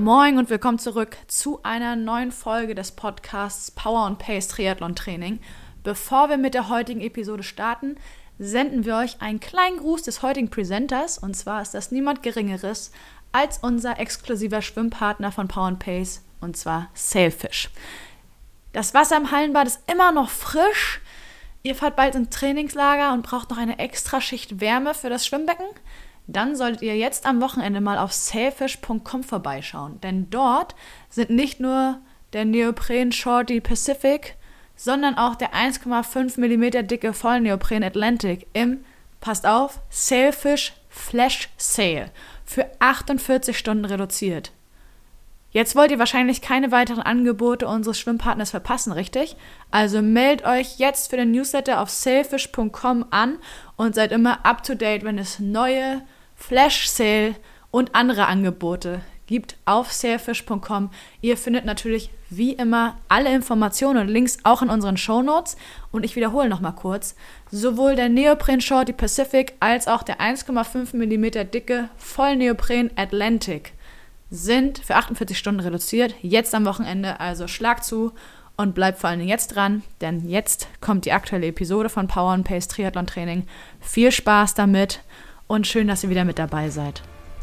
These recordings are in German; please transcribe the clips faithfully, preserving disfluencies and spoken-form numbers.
Moin und willkommen zurück zu einer neuen Folge des Podcasts Power and Pace Triathlon Training. Bevor wir mit der heutigen Episode starten, senden wir euch einen kleinen Gruß des heutigen Presenters, und zwar ist das niemand Geringeres als unser exklusiver Schwimmpartner von Power and Pace, und zwar Sailfish. Das Wasser im Hallenbad ist immer noch frisch. Ihr fahrt bald ins Trainingslager und braucht noch eine extra Schicht Wärme für das Schwimmbecken? Dann solltet ihr jetzt am Wochenende mal auf sailfish punkt com vorbeischauen. Denn dort sind nicht nur der Neopren Shorty Pacific, sondern auch der eins Komma fünf Millimeter dicke Vollneopren Atlantic im, passt auf, Sailfish Flash Sale für achtundvierzig Stunden reduziert. Jetzt wollt ihr wahrscheinlich keine weiteren Angebote unseres Schwimmpartners verpassen, richtig? Also meldet euch jetzt für den Newsletter auf sailfish punkt com an und seid immer up to date, wenn es neue Flash Sale und andere Angebote gibt auf sailfish punkt com. Ihr findet natürlich wie immer alle Informationen und Links auch in unseren Shownotes. Und ich wiederhole nochmal kurz, sowohl der Neopren Shorty Pacific als auch der eins Komma fünf Millimeter dicke Vollneopren Atlantic sind für achtundvierzig Stunden reduziert, jetzt am Wochenende, also schlag zu und bleibt vor allen Dingen jetzt dran, denn jetzt kommt die aktuelle Episode von Power and Pace Triathlon Training. Viel Spaß damit und schön, dass ihr wieder mit dabei seid.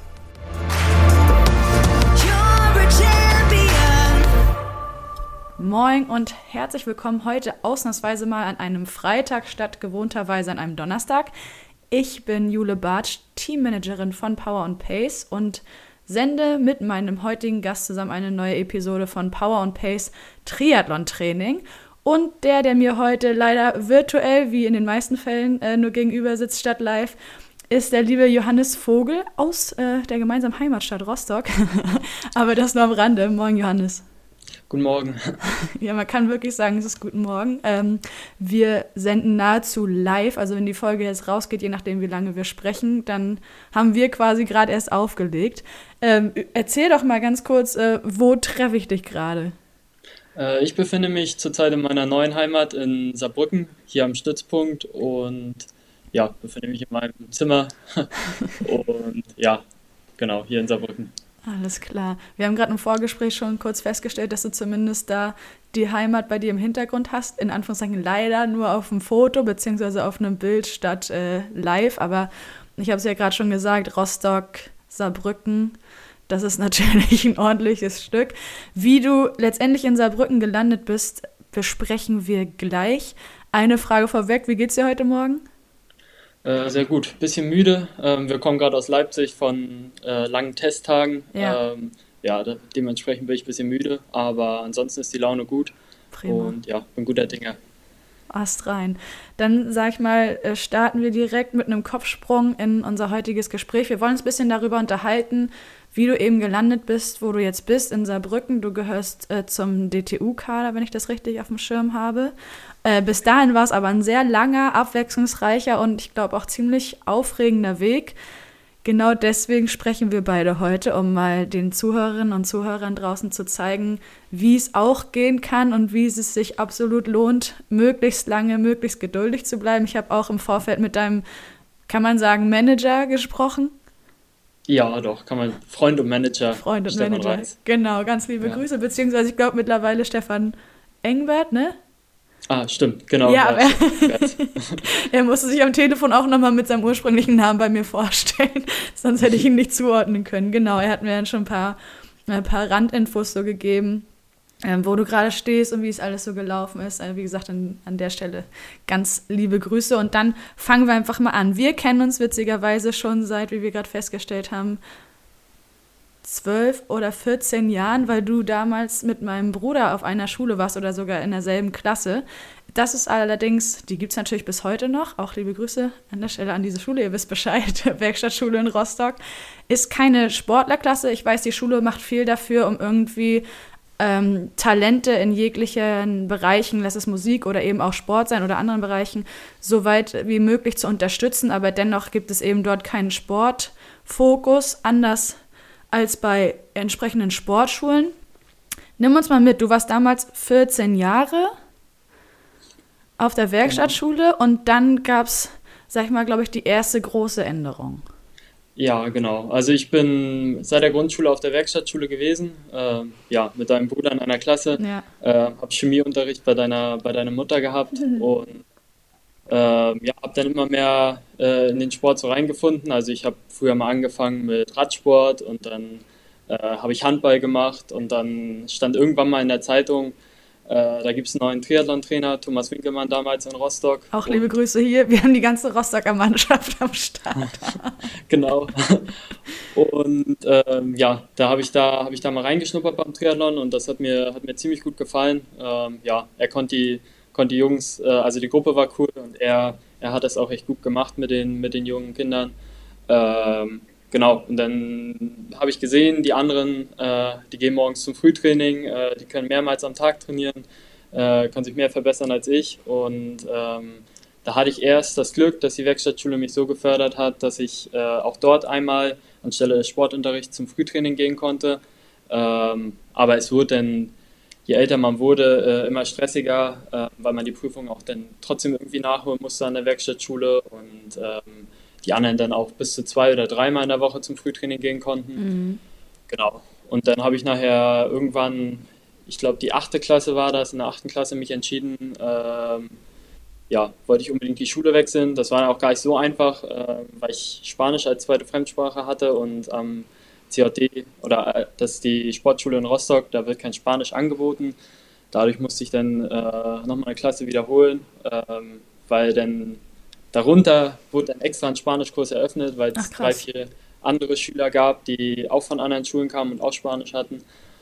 Moin und herzlich willkommen heute ausnahmsweise mal an einem Freitag statt gewohnterweise an einem Donnerstag. Ich bin Jule Bartsch, Teammanagerin von Power and Pace und sende mit meinem heutigen Gast zusammen eine neue Episode von Power and Pace Triathlon Training. Und der, der mir heute leider virtuell, wie in den meisten Fällen, äh, nur gegenüber sitzt statt live, ist der liebe Johannes Vogel aus äh, der gemeinsamen Heimatstadt Rostock. Aber das nur am Rande. Moin, Johannes. Guten Morgen. Ja, man kann wirklich sagen, es ist guten Morgen. Ähm, wir senden nahezu live, also wenn die Folge jetzt rausgeht, je nachdem, wie lange wir sprechen, dann haben wir quasi gerade erst aufgelegt. Ähm, erzähl doch mal ganz kurz, äh, wo treffe ich dich gerade? Äh, ich befinde mich zurzeit in meiner neuen Heimat in Saarbrücken, hier am Stützpunkt und ja, befinde mich in meinem Zimmer und ja, genau, hier in Saarbrücken. Alles klar. Wir haben gerade im Vorgespräch schon kurz festgestellt, dass du zumindest da die Heimat bei dir im Hintergrund hast. In Anführungszeichen leider nur auf dem Foto beziehungsweise auf einem Bild statt äh, live. Aber ich habe es ja gerade schon gesagt, Rostock, Saarbrücken, das ist natürlich ein ordentliches Stück. Wie du letztendlich in Saarbrücken gelandet bist, besprechen wir gleich. Eine Frage vorweg, wie geht's dir heute Morgen? Äh, sehr gut, bisschen müde. Ähm, wir kommen gerade aus Leipzig von äh, langen Testtagen. Ja, Ähm, ja, de- dementsprechend bin ich ein bisschen müde, aber ansonsten ist die Laune gut prima. und ja, bin guter Dinge. Ast rein. Dann, sag ich mal, äh, starten wir direkt mit einem Kopfsprung in unser heutiges Gespräch. Wir wollen uns ein bisschen darüber unterhalten, wie du eben gelandet bist, wo du jetzt bist, in Saarbrücken. Du gehörst äh, zum D T U-Kader, wenn ich das richtig auf dem Schirm habe. Äh, bis dahin war es aber ein sehr langer, abwechslungsreicher und ich glaube auch ziemlich aufregender Weg. Genau deswegen sprechen wir beide heute, um mal den Zuhörerinnen und Zuhörern draußen zu zeigen, wie es auch gehen kann und wie es sich absolut lohnt, möglichst lange, möglichst geduldig zu bleiben. Ich habe auch im Vorfeld mit deinem, kann man sagen, Manager gesprochen. Ja, doch, kann man, Freund und Manager, Freund und Stefan Manager. Reis. Genau, ganz liebe Ja. Grüße, beziehungsweise ich glaube mittlerweile Stefan Engbert, ne? Ah, stimmt, genau. Ja, Ja, aber Stefan Reis. er musste sich am Telefon auch nochmal mit seinem ursprünglichen Namen bei mir vorstellen, sonst hätte ich ihn nicht zuordnen können. Genau, er hat mir dann schon ein paar, ein paar Randinfos so gegeben, ähm, wo du gerade stehst und wie es alles so gelaufen ist. Also wie gesagt, an, an der Stelle ganz liebe Grüße. Und dann fangen wir einfach mal an. Wir kennen uns witzigerweise schon seit, wie wir gerade festgestellt haben, zwölf oder vierzehn Jahren, weil du damals mit meinem Bruder auf einer Schule warst oder sogar in derselben Klasse. Das ist allerdings, die gibt es natürlich bis heute noch, auch liebe Grüße an der Stelle an diese Schule, ihr wisst Bescheid, Werkstattschule in Rostock, ist keine Sportlerklasse. Ich weiß, die Schule macht viel dafür, um irgendwie ähm, Talente in jeglichen Bereichen, lass es Musik oder eben auch Sport sein oder anderen Bereichen, so weit wie möglich zu unterstützen, aber dennoch gibt es eben dort keinen Sportfokus, anders als bei entsprechenden Sportschulen. Nimm uns mal mit, du warst damals vierzehn Jahre auf der Werkstattschule und dann gab es, sag ich mal, glaube ich, die erste große Änderung. Ja, genau. Also ich bin seit der Grundschule auf der Werkstattschule gewesen, ähm, ja, mit deinem Bruder in einer Klasse, Ja. äh, habe Chemieunterricht bei deiner, bei deiner Mutter gehabt und ähm, ja, habe dann immer mehr äh, in den Sport so reingefunden. Also ich habe früher mal angefangen mit Radsport und dann äh, habe ich Handball gemacht und dann stand irgendwann mal in der Zeitung, äh, da gibt es einen neuen Triathlon-Trainer, Thomas Winkelmann damals in Rostock Auch liebe und Grüße hier. Wir haben die ganze Rostocker Mannschaft am Start. genau. Und ähm, ja, da habe ich da habe ich da mal reingeschnuppert beim Triathlon und das hat mir hat mir ziemlich gut gefallen. Ähm, ja, er konnte die konnte die Jungs, äh, also die Gruppe war cool und er er hat das auch echt gut gemacht mit den mit den jungen Kindern. Ähm, genau. Und dann habe ich gesehen, die anderen, äh, die gehen morgens zum Frühtraining, äh, die können mehrmals am Tag trainieren, äh, können sich mehr verbessern als ich und ähm, da hatte ich erst das Glück, dass die Werkstattschule mich so gefördert hat, dass ich äh, auch dort einmal anstelle des Sportunterrichts zum Frühtraining gehen konnte. Ähm, aber es wurde dann, je älter man wurde, äh, immer stressiger, äh, weil man die Prüfung auch dann trotzdem irgendwie nachholen musste an der Werkstattschule und ähm, die anderen dann auch bis zu zwei oder dreimal in der Woche zum Frühtraining gehen konnten. Mhm. Genau. Und dann habe ich nachher irgendwann, ich glaube die achte Klasse war das, in der achten Klasse mich entschieden, ähm, ja, wollte ich unbedingt die Schule wechseln. Das war auch gar nicht so einfach, äh, weil ich Spanisch als zweite Fremdsprache hatte und am C J D oder äh, das ist die Sportschule in Rostock, da wird kein Spanisch angeboten. Dadurch musste ich dann äh, nochmal eine Klasse wiederholen, ähm, weil dann darunter wurde ein extra ein Spanischkurs eröffnet, weil Ach es drei, krass. vier andere Schüler gab, die auch von anderen Schulen kamen und auch Spanisch hatten.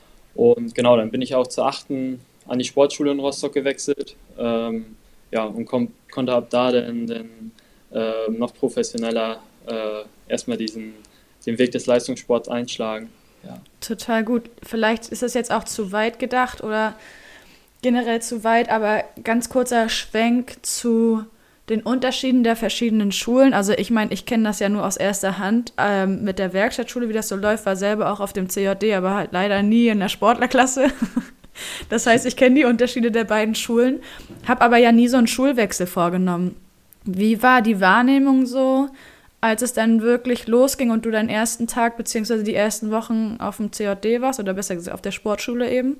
Und genau, dann bin ich auch zur achten an die Sportschule in Rostock gewechselt. Ähm, ja, und kon konnte ab da dann, dann äh, noch professioneller äh, erstmal diesen, den Weg des Leistungssports einschlagen. Ja. Total gut. Vielleicht ist das jetzt auch zu weit gedacht oder generell zu weit, aber ganz kurzer Schwenk zu den Unterschieden der verschiedenen Schulen. Also ich meine, ich kenne das ja nur aus erster Hand ähm, mit der Werkstattschule, wie das so läuft, war selber auch auf dem C J D, aber halt leider nie in der Sportlerklasse. Das heißt, ich kenne die Unterschiede der beiden Schulen, habe aber ja nie so einen Schulwechsel vorgenommen. Wie war die Wahrnehmung so, als es dann wirklich losging und du deinen ersten Tag beziehungsweise die ersten Wochen auf dem C J D warst oder besser gesagt auf der Sportschule eben?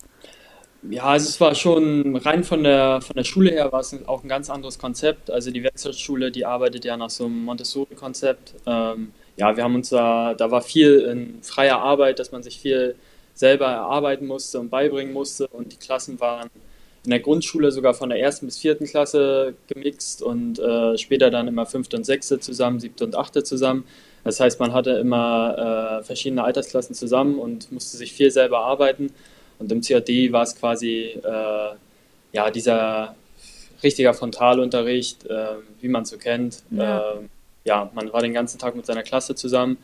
Ja, also es war schon rein von der, von der Schule her war es auch ein ganz anderes Konzept. Also die Werkstattschule, die arbeitet ja nach so einem Montessori-Konzept. Ähm, ja, wir haben uns da, da war viel in freier Arbeit, dass man sich viel selber erarbeiten musste und beibringen musste. Und die Klassen waren in der Grundschule sogar von der ersten bis vierten Klasse gemixt und äh, später dann immer fünfte und sechste zusammen, siebte und achte zusammen. Das heißt, man hatte immer äh, verschiedene Altersklassen zusammen und musste sich viel selber arbeiten. Und im C J D war es quasi äh, ja, dieser richtiger Frontalunterricht, äh, wie man es so kennt. Ja, Äh, ja, man war den ganzen Tag mit seiner Klasse zusammen.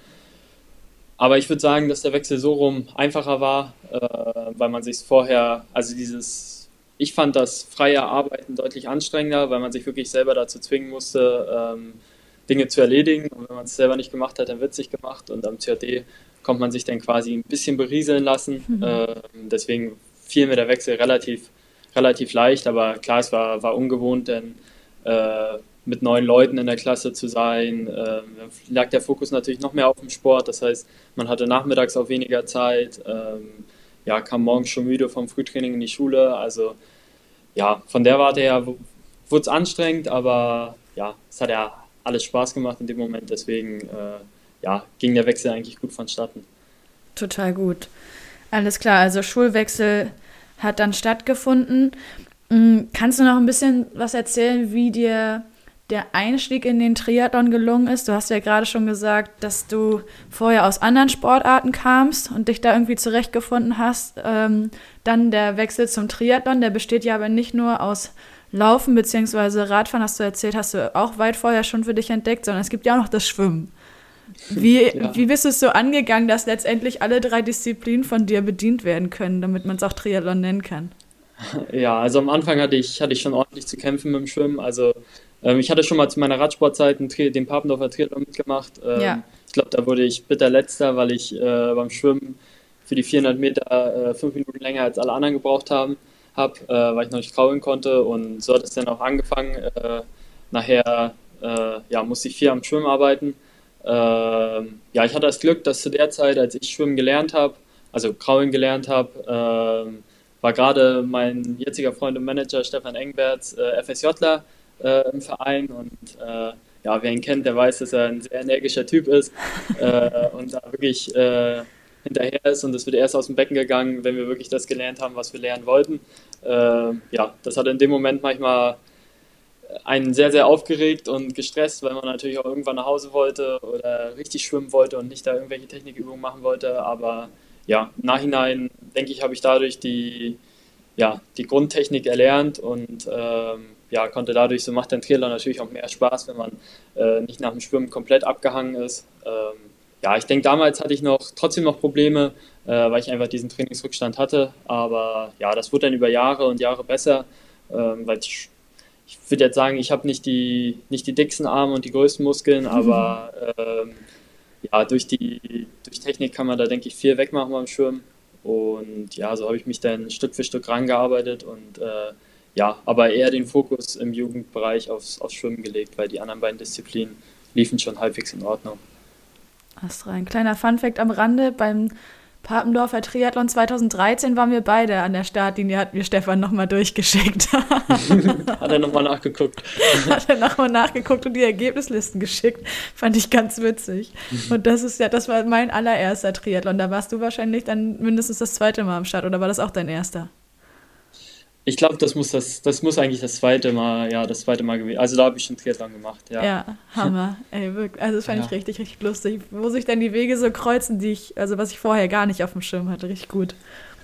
Aber ich würde sagen, dass der Wechsel so rum einfacher war, äh, weil man sich vorher, also dieses, ich fand das freie Arbeiten deutlich anstrengender, weil man sich wirklich selber dazu zwingen musste, ähm, Dinge zu erledigen. Und wenn man es selber nicht gemacht hat, dann wird es nicht gemacht. Und am C J D kommt man sich dann quasi ein bisschen berieseln lassen. Ähm, deswegen fiel mir der Wechsel relativ, relativ leicht. Aber klar, es war, war ungewohnt, denn äh, mit neun Leuten in der Klasse zu sein, ähm, lag der Fokus natürlich noch mehr auf dem Sport. Das heißt, man hatte nachmittags auch weniger Zeit, ähm, ja, kam morgens schon müde vom Frühtraining in die Schule. Also ja, von der Warte her wurde es anstrengend, aber ja, es hat ja alles Spaß gemacht in dem Moment. Deswegen äh, ja, ging der Wechsel eigentlich gut vonstatten. total gut. Alles klar, also Schulwechsel hat dann stattgefunden. Mm, Kannst du noch ein bisschen was erzählen, wie dir der Einstieg in den Triathlon gelungen ist? Du hast ja gerade schon gesagt, dass du vorher aus anderen Sportarten kamst und dich da irgendwie zurechtgefunden hast. Ähm, dann der Wechsel zum Triathlon, der besteht ja aber nicht nur aus Laufen bzw. Radfahren, hast du erzählt, hast du auch weit vorher schon für dich entdeckt, sondern es gibt ja auch noch das Schwimmen. Wie, Ja. wie bist du es so angegangen, dass letztendlich alle drei Disziplinen von dir bedient werden können, damit man es auch Triathlon nennen kann? Ja, also am Anfang hatte ich, hatte ich schon ordentlich zu kämpfen mit dem Schwimmen. Also ähm, ich hatte schon mal zu meiner Radsportzeit einen Tri den Papendorfer Triathlon mitgemacht. Ja, Ähm, ich glaube, da wurde ich bitter Letzter, weil ich äh, beim Schwimmen für die vierhundert Meter äh, fünf Minuten länger als alle anderen gebraucht haben, hab, äh, weil ich noch nicht kraulen konnte. Und so hat es dann auch angefangen. Äh, nachher äh, ja, musste ich viel am Schwimmen arbeiten. Ähm, ja, ich hatte das Glück, dass zu der Zeit, als ich schwimmen gelernt habe, also kraulen gelernt habe, ähm, war gerade mein jetziger Freund und Manager Stefan Engberts äh, FSJler äh, im Verein und äh, ja, wer ihn kennt, der weiß, dass er ein sehr energischer Typ ist äh, und da wirklich äh, hinterher ist und es wird erst aus dem Becken gegangen, wenn wir wirklich das gelernt haben, was wir lernen wollten. Äh, ja, das hat in dem Moment manchmal einen sehr, sehr aufgeregt und gestresst, weil man natürlich auch irgendwann nach Hause wollte oder richtig schwimmen wollte und nicht da irgendwelche Technikübungen machen wollte. Aber ja, im Nachhinein denke ich, habe ich dadurch die, ja, die Grundtechnik erlernt und ähm, ja, konnte dadurch, so macht der Triathlon natürlich auch mehr Spaß, wenn man äh, nicht nach dem Schwimmen komplett abgehangen ist. Ähm, ja, ich denke, damals hatte ich noch trotzdem noch Probleme, äh, weil ich einfach diesen Trainingsrückstand hatte. Aber ja, das wurde dann über Jahre und Jahre besser, ähm, weil ich ich würde jetzt sagen, ich habe nicht die, nicht die dicksten Arme und die größten Muskeln, aber ähm, ja, durch die durch Technik kann man da, denke ich, viel wegmachen beim Schwimmen. Und ja, so habe ich mich dann Stück für Stück rangearbeitet und äh, ja, aber eher den Fokus im Jugendbereich aufs, aufs Schwimmen gelegt, weil die anderen beiden Disziplinen liefen schon halbwegs in Ordnung. Hast rein. Kleiner Funfact am Rande, beim Papendorfer Triathlon zweitausenddreizehn waren wir beide an der Startlinie, hat mir Stefan nochmal durchgeschickt. Hat er nochmal nachgeguckt. Hat er nochmal nachgeguckt und die Ergebnislisten geschickt. Fand ich ganz witzig. Und das ist ja, das war mein allererster Triathlon. Da warst du wahrscheinlich dann mindestens das zweite Mal am Start, oder war das auch dein erster? Ich glaube, das muss das, das muss eigentlich das zweite Mal, ja, das zweite Mal gewesen. Also da habe ich schon Triathlon gemacht, ja. Ja, Hammer. Ey, wirklich. Also das fand Ja. ich richtig, richtig lustig. Wo sich dann die Wege so kreuzen, die ich, also was ich vorher gar nicht auf dem Schirm hatte. Richtig gut.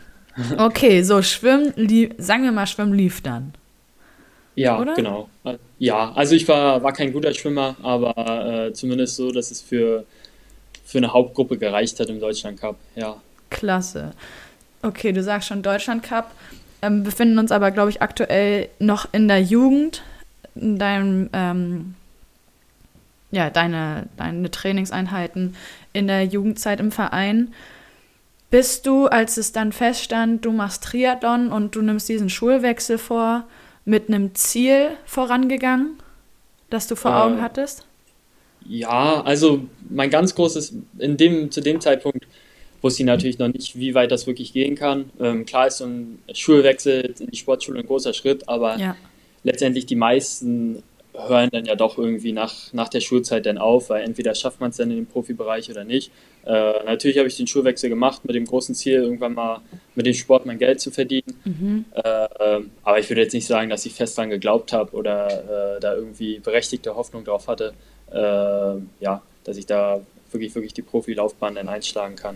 Okay, so Schwimmen, lief, sagen wir mal, Schwimmen lief dann, Ja, oder? genau. Ja, also ich war, war kein guter Schwimmer, aber äh, zumindest so, dass es für, für eine Hauptgruppe gereicht hat im Deutschlandcup. Ja. Klasse. Okay, du sagst schon Deutschland Cup. Ähm, befinden uns aber, glaube ich, aktuell noch in der Jugend. In deinem, ähm, ja, deine, deine Trainingseinheiten in der Jugendzeit im Verein. Bist du, als es dann feststand, du machst Triathlon und du nimmst diesen Schulwechsel vor, mit einem Ziel vorangegangen, das du vor Augen Äh, hattest? ja, also mein ganz großes, in dem, zu dem Zeitpunkt wusste ich natürlich noch nicht, wie weit das wirklich gehen kann. Ähm, klar ist so ein Schulwechsel in die Sportschule ein großer Schritt, aber Ja, letztendlich die meisten hören dann ja doch irgendwie nach, nach der Schulzeit dann auf, weil entweder schafft man es dann in den Profibereich oder nicht. Äh, natürlich habe ich den Schulwechsel gemacht mit dem großen Ziel, irgendwann mal mit dem Sport mein Geld zu verdienen. mhm. Äh, ähm, aber ich würde jetzt nicht sagen, dass ich fest daran geglaubt habe oder äh, da irgendwie berechtigte Hoffnung drauf hatte, äh, ja, dass ich da wirklich, wirklich die Profilaufbahn dann einschlagen kann.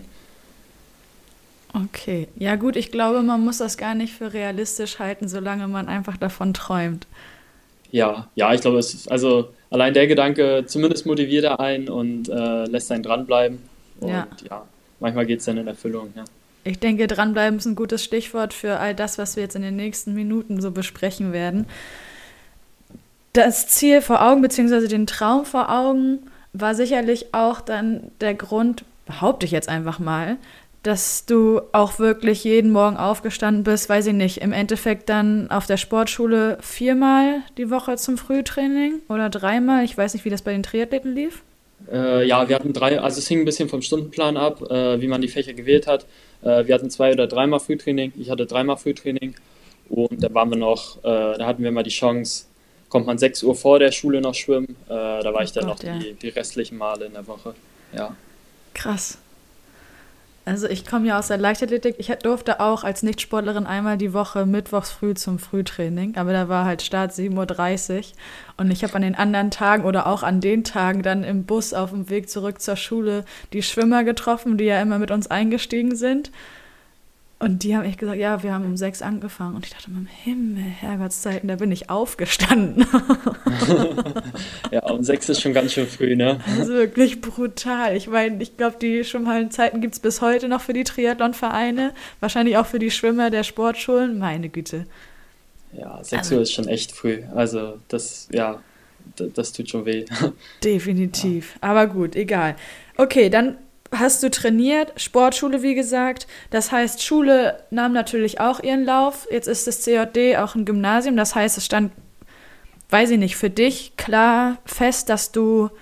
Okay. Ja gut, ich glaube, man muss das gar nicht für realistisch halten, solange man einfach davon träumt. Ja, ja, ich glaube, es ist, also allein der Gedanke zumindest motiviert er einen und äh, lässt einen dranbleiben. Ja. Und ja, manchmal geht es dann in Erfüllung, ja. Ich denke, dranbleiben ist ein gutes Stichwort für all das, was wir jetzt in den nächsten Minuten so besprechen werden. Das Ziel vor Augen, beziehungsweise den Traum vor Augen, war sicherlich auch dann der Grund, behaupte ich jetzt einfach mal, dass du auch wirklich jeden Morgen aufgestanden bist, weiß ich nicht, im Endeffekt dann auf der Sportschule viermal die Woche zum Frühtraining oder dreimal. Ich weiß nicht, wie das bei den Triathleten lief. Äh, ja, wir hatten drei, also es hing ein bisschen vom Stundenplan ab, äh, wie man die Fächer gewählt hat. Äh, wir hatten zwei oder dreimal Frühtraining, ich hatte dreimal Frühtraining und da waren wir noch, äh, da hatten wir mal die Chance, kommt man sechs Uhr vor der Schule noch schwimmen, äh, da war Oh ich dann noch Gott, ja. die, die restlichen Male in der Woche. Ja. Krass. Also ich komme ja aus der Leichtathletik. Ich durfte auch als Nichtsportlerin einmal die Woche mittwochs früh zum Frühtraining, aber da war halt Start sieben Uhr dreißig und ich habe an den anderen Tagen oder auch an den Tagen dann im Bus auf dem Weg zurück zur Schule die Schwimmer getroffen, die ja immer mit uns eingestiegen sind. Und die haben echt gesagt, ja, wir haben um sechs angefangen. Und ich dachte, im Himmel, Herrgottszeiten, da bin ich aufgestanden. Ja, und sechs ist schon ganz schön früh, ne? Das ist wirklich brutal. Ich meine, ich glaube, die Schwimmhallenzeiten gibt es bis heute noch für die Triathlonvereine. Wahrscheinlich auch für die Schwimmer der Sportschulen. Meine Güte. Ja, sechs Also Uhr ist schon echt früh. Also das, ja, d- das tut schon weh. Ja. definitiv. Aber gut, egal. Okay, dann hast du trainiert, Sportschule, wie gesagt. Das heißt, Schule nahm natürlich auch ihren Lauf. Jetzt ist das C J D auch ein Gymnasium. Das heißt, es stand, weiß ich nicht, für dich klar fest, dass du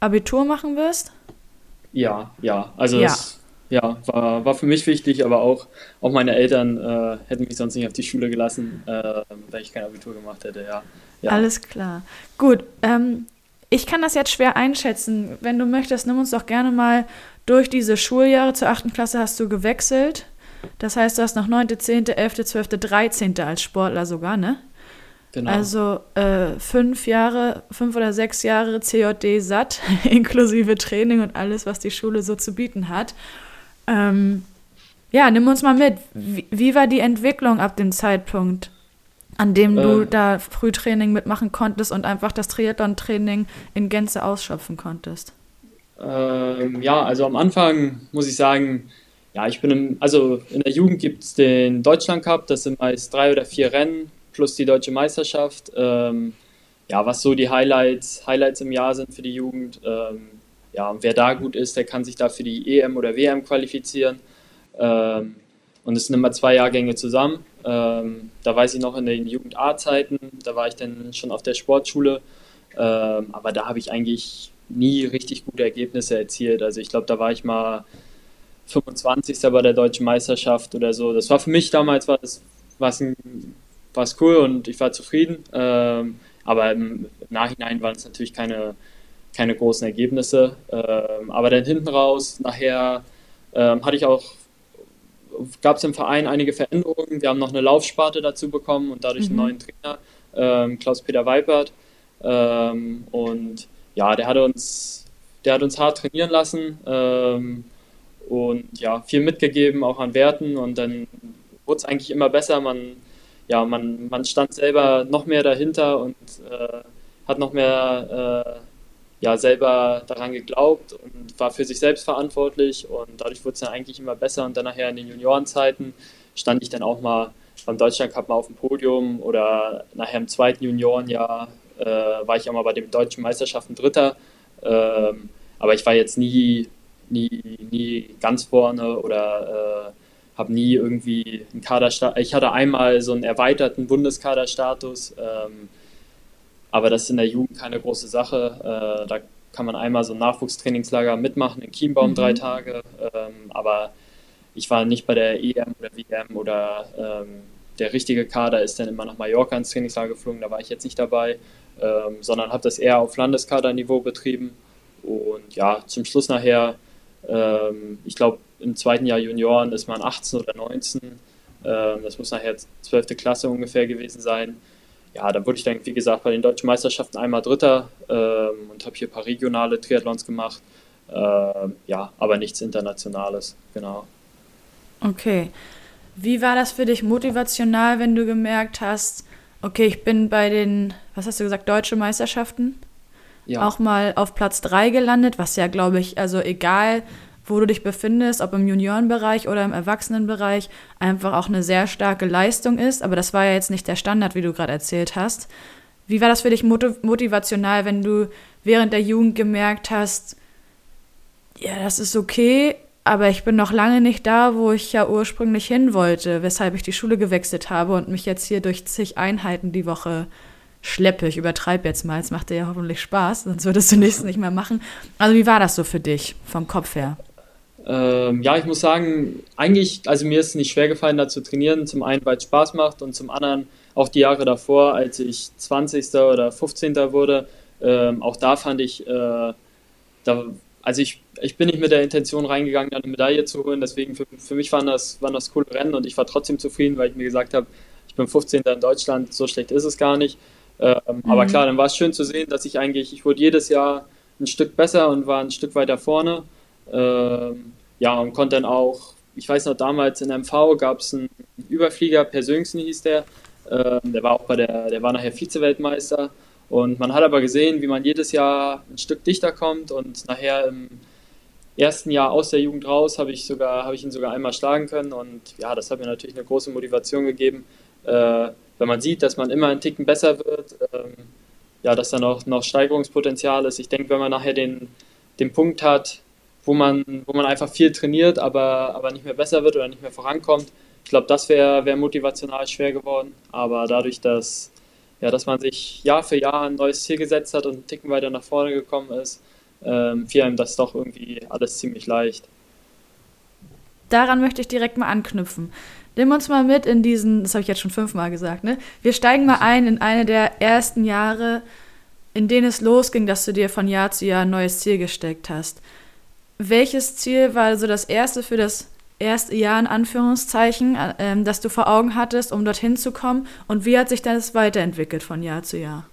Abitur machen wirst? Ja, ja, also Ja, es ja, war, war für mich wichtig, aber auch, auch meine Eltern äh, hätten mich sonst nicht auf die Schule gelassen, äh, wenn ich kein Abitur gemacht hätte, ja. Ja, alles klar. Gut, ähm, ich kann das jetzt schwer einschätzen. Wenn du möchtest, nimm uns doch gerne mal durch diese Schuljahre. Zur achten Klasse hast du gewechselt. Das heißt, du hast noch neunte, zehnte, elfte, zwölfte, dreizehnte als Sportler sogar, ne? genau. Also äh, fünf Jahre, fünf oder sechs Jahre C J D satt, inklusive Training und alles, was die Schule so zu bieten hat. Ähm, ja, nimm uns mal mit. Wie, wie war die Entwicklung ab dem Zeitpunkt, an dem du Äh, da Frühtraining mitmachen konntest und einfach das Triathlon-Training in Gänze ausschöpfen konntest? ähm, ja, also am Anfang muss ich sagen, ja, ich bin im, also in der Jugend gibt es den Deutschland Cup, das sind meist drei oder vier Rennen plus die deutsche Meisterschaft. Ähm, ja, was so die Highlights, Highlights im Jahr sind für die Jugend. Ähm, ja, und wer da gut ist, der kann sich da für die E M oder W M qualifizieren. Ähm, und es sind immer zwei Jahrgänge zusammen. Ähm, da weiß ich noch in den Jugend-A-Zeiten, da war ich dann schon auf der Sportschule. Ähm, aber da habe ich eigentlich nie richtig gute Ergebnisse erzielt. Also ich glaube, da war ich mal fünfundzwanzigster bei der deutschen Meisterschaft oder so. Das war für mich damals war das war's ein, war's cool und ich war zufrieden. Ähm, aber im, im Nachhinein waren es natürlich keine, keine großen Ergebnisse. Ähm, aber dann hinten raus, nachher ähm, hatte ich auch, gab es im Verein einige Veränderungen. Wir haben noch eine Laufsparte dazu bekommen und dadurch einen Mhm. neuen Trainer, ähm, Klaus-Peter Weipert. Ähm, und ja, der hat uns, der hat uns hart trainieren lassen. Ähm, und ja, viel mitgegeben, auch an Werten und dann wurde es eigentlich immer besser. Man, ja, man, man stand selber noch mehr dahinter und äh, hat noch mehr äh, ja, selber daran geglaubt und war für sich selbst verantwortlich und dadurch wurde es dann eigentlich immer besser und dann nachher in den Juniorenzeiten stand ich dann auch mal beim Deutschland Cup mal auf dem Podium oder nachher im zweiten Juniorenjahr äh, war ich auch mal bei den deutschen Meisterschaften Dritter. Ähm, aber ich war jetzt nie nie, nie ganz vorne oder äh, habe nie irgendwie einen Kaderstatus. Ich hatte einmal so einen erweiterten Bundeskaderstatus, ähm, aber das ist in der Jugend keine große Sache. Äh, da kann man einmal so ein Nachwuchstrainingslager mitmachen in Chiembaum drei Mhm. Tage, ähm, aber ich war nicht bei der E M oder W M oder ähm, der richtige Kader ist dann immer nach Mallorca ins Trainingslager geflogen, da war ich jetzt nicht dabei, ähm, sondern habe das eher auf Landeskaderniveau betrieben. Und ja, zum Schluss nachher, ähm, ich glaube, im zweiten Jahr Junioren ist man achtzehn oder neunzehn. Ähm, das muss nachher zwölfte Klasse ungefähr gewesen sein. Ja, da wurde ich dann, wie gesagt, bei den deutschen Meisterschaften einmal Dritter ähm, und habe hier ein paar regionale Triathlons gemacht. Ähm, ja, aber nichts Internationales, genau. Okay. Wie war das für dich motivational, wenn du gemerkt hast, okay, ich bin bei den, was hast du gesagt, deutsche Meisterschaften Ja, auch mal auf Platz drei gelandet, was ja, glaube ich, also egal, wo du dich befindest, ob im Juniorenbereich oder im Erwachsenenbereich, einfach auch eine sehr starke Leistung ist. Aber das war ja jetzt nicht der Standard, wie du gerade erzählt hast. Wie war das für dich motiv- motivational, wenn du während der Jugend gemerkt hast, ja, das ist okay, aber ich bin noch lange nicht da, wo ich ja ursprünglich hin wollte, weshalb ich die Schule gewechselt habe und mich jetzt hier durch zig Einheiten die Woche schleppe. Ich übertreibe jetzt mal, es macht dir ja hoffentlich Spaß, sonst würdest du nächstes nicht mehr machen. Also wie war das so für dich, vom Kopf her? ähm, ja, ich muss sagen, eigentlich, also mir ist es nicht schwer gefallen, da zu trainieren. Zum einen, weil es Spaß macht und zum anderen auch die Jahre davor, als ich zwanzigster oder fünfzehnter wurde. Ähm, auch da fand ich, äh, da, also ich, ich bin nicht mit der Intention reingegangen, da eine Medaille zu holen. Deswegen für, für mich waren das, waren das coole Rennen und ich war trotzdem zufrieden, weil ich mir gesagt habe, ich bin fünfzehnter in Deutschland, so schlecht ist es gar nicht. Ähm, aber Mhm. klar, dann war es schön zu sehen, dass ich eigentlich, ich wurde jedes Jahr ein Stück besser und war ein Stück weiter vorne. Ähm, ja, und konnte dann auch, ich weiß noch, damals in M V gab es einen Überflieger, Per Söngsen hieß der. Ähm, der war auch bei der, der war nachher Vize-Weltmeister. Und man hat aber gesehen, wie man jedes Jahr ein Stück dichter kommt und nachher im ersten Jahr aus der Jugend raus habe ich sogar, habe ich ihn sogar einmal schlagen können und ja, das hat mir natürlich eine große Motivation gegeben, äh, wenn man sieht, dass man immer einen Ticken besser wird, ähm, ja, dass da noch, noch Steigerungspotenzial ist. Ich denke, wenn man nachher den, den Punkt hat, wo man, wo man einfach viel trainiert, aber, aber nicht mehr besser wird oder nicht mehr vorankommt, ich glaube, das wäre wär motivational schwer geworden. Aber dadurch, dass, ja, dass man sich Jahr für Jahr ein neues Ziel gesetzt hat und einen Ticken weiter nach vorne gekommen ist, ähm, fiel einem das doch irgendwie alles ziemlich leicht. Daran möchte ich direkt mal anknüpfen. Nimm uns mal mit in diesen, das habe ich jetzt schon fünfmal gesagt, ne? Wir steigen mal ein in eine der ersten Jahre, in denen es losging, dass du dir von Jahr zu Jahr ein neues Ziel gesteckt hast. Welches Ziel war so das erste für das erste Jahr, in Anführungszeichen, äh, das du vor Augen hattest, um dorthin zu kommen? Und wie hat sich das weiterentwickelt von Jahr zu Jahr?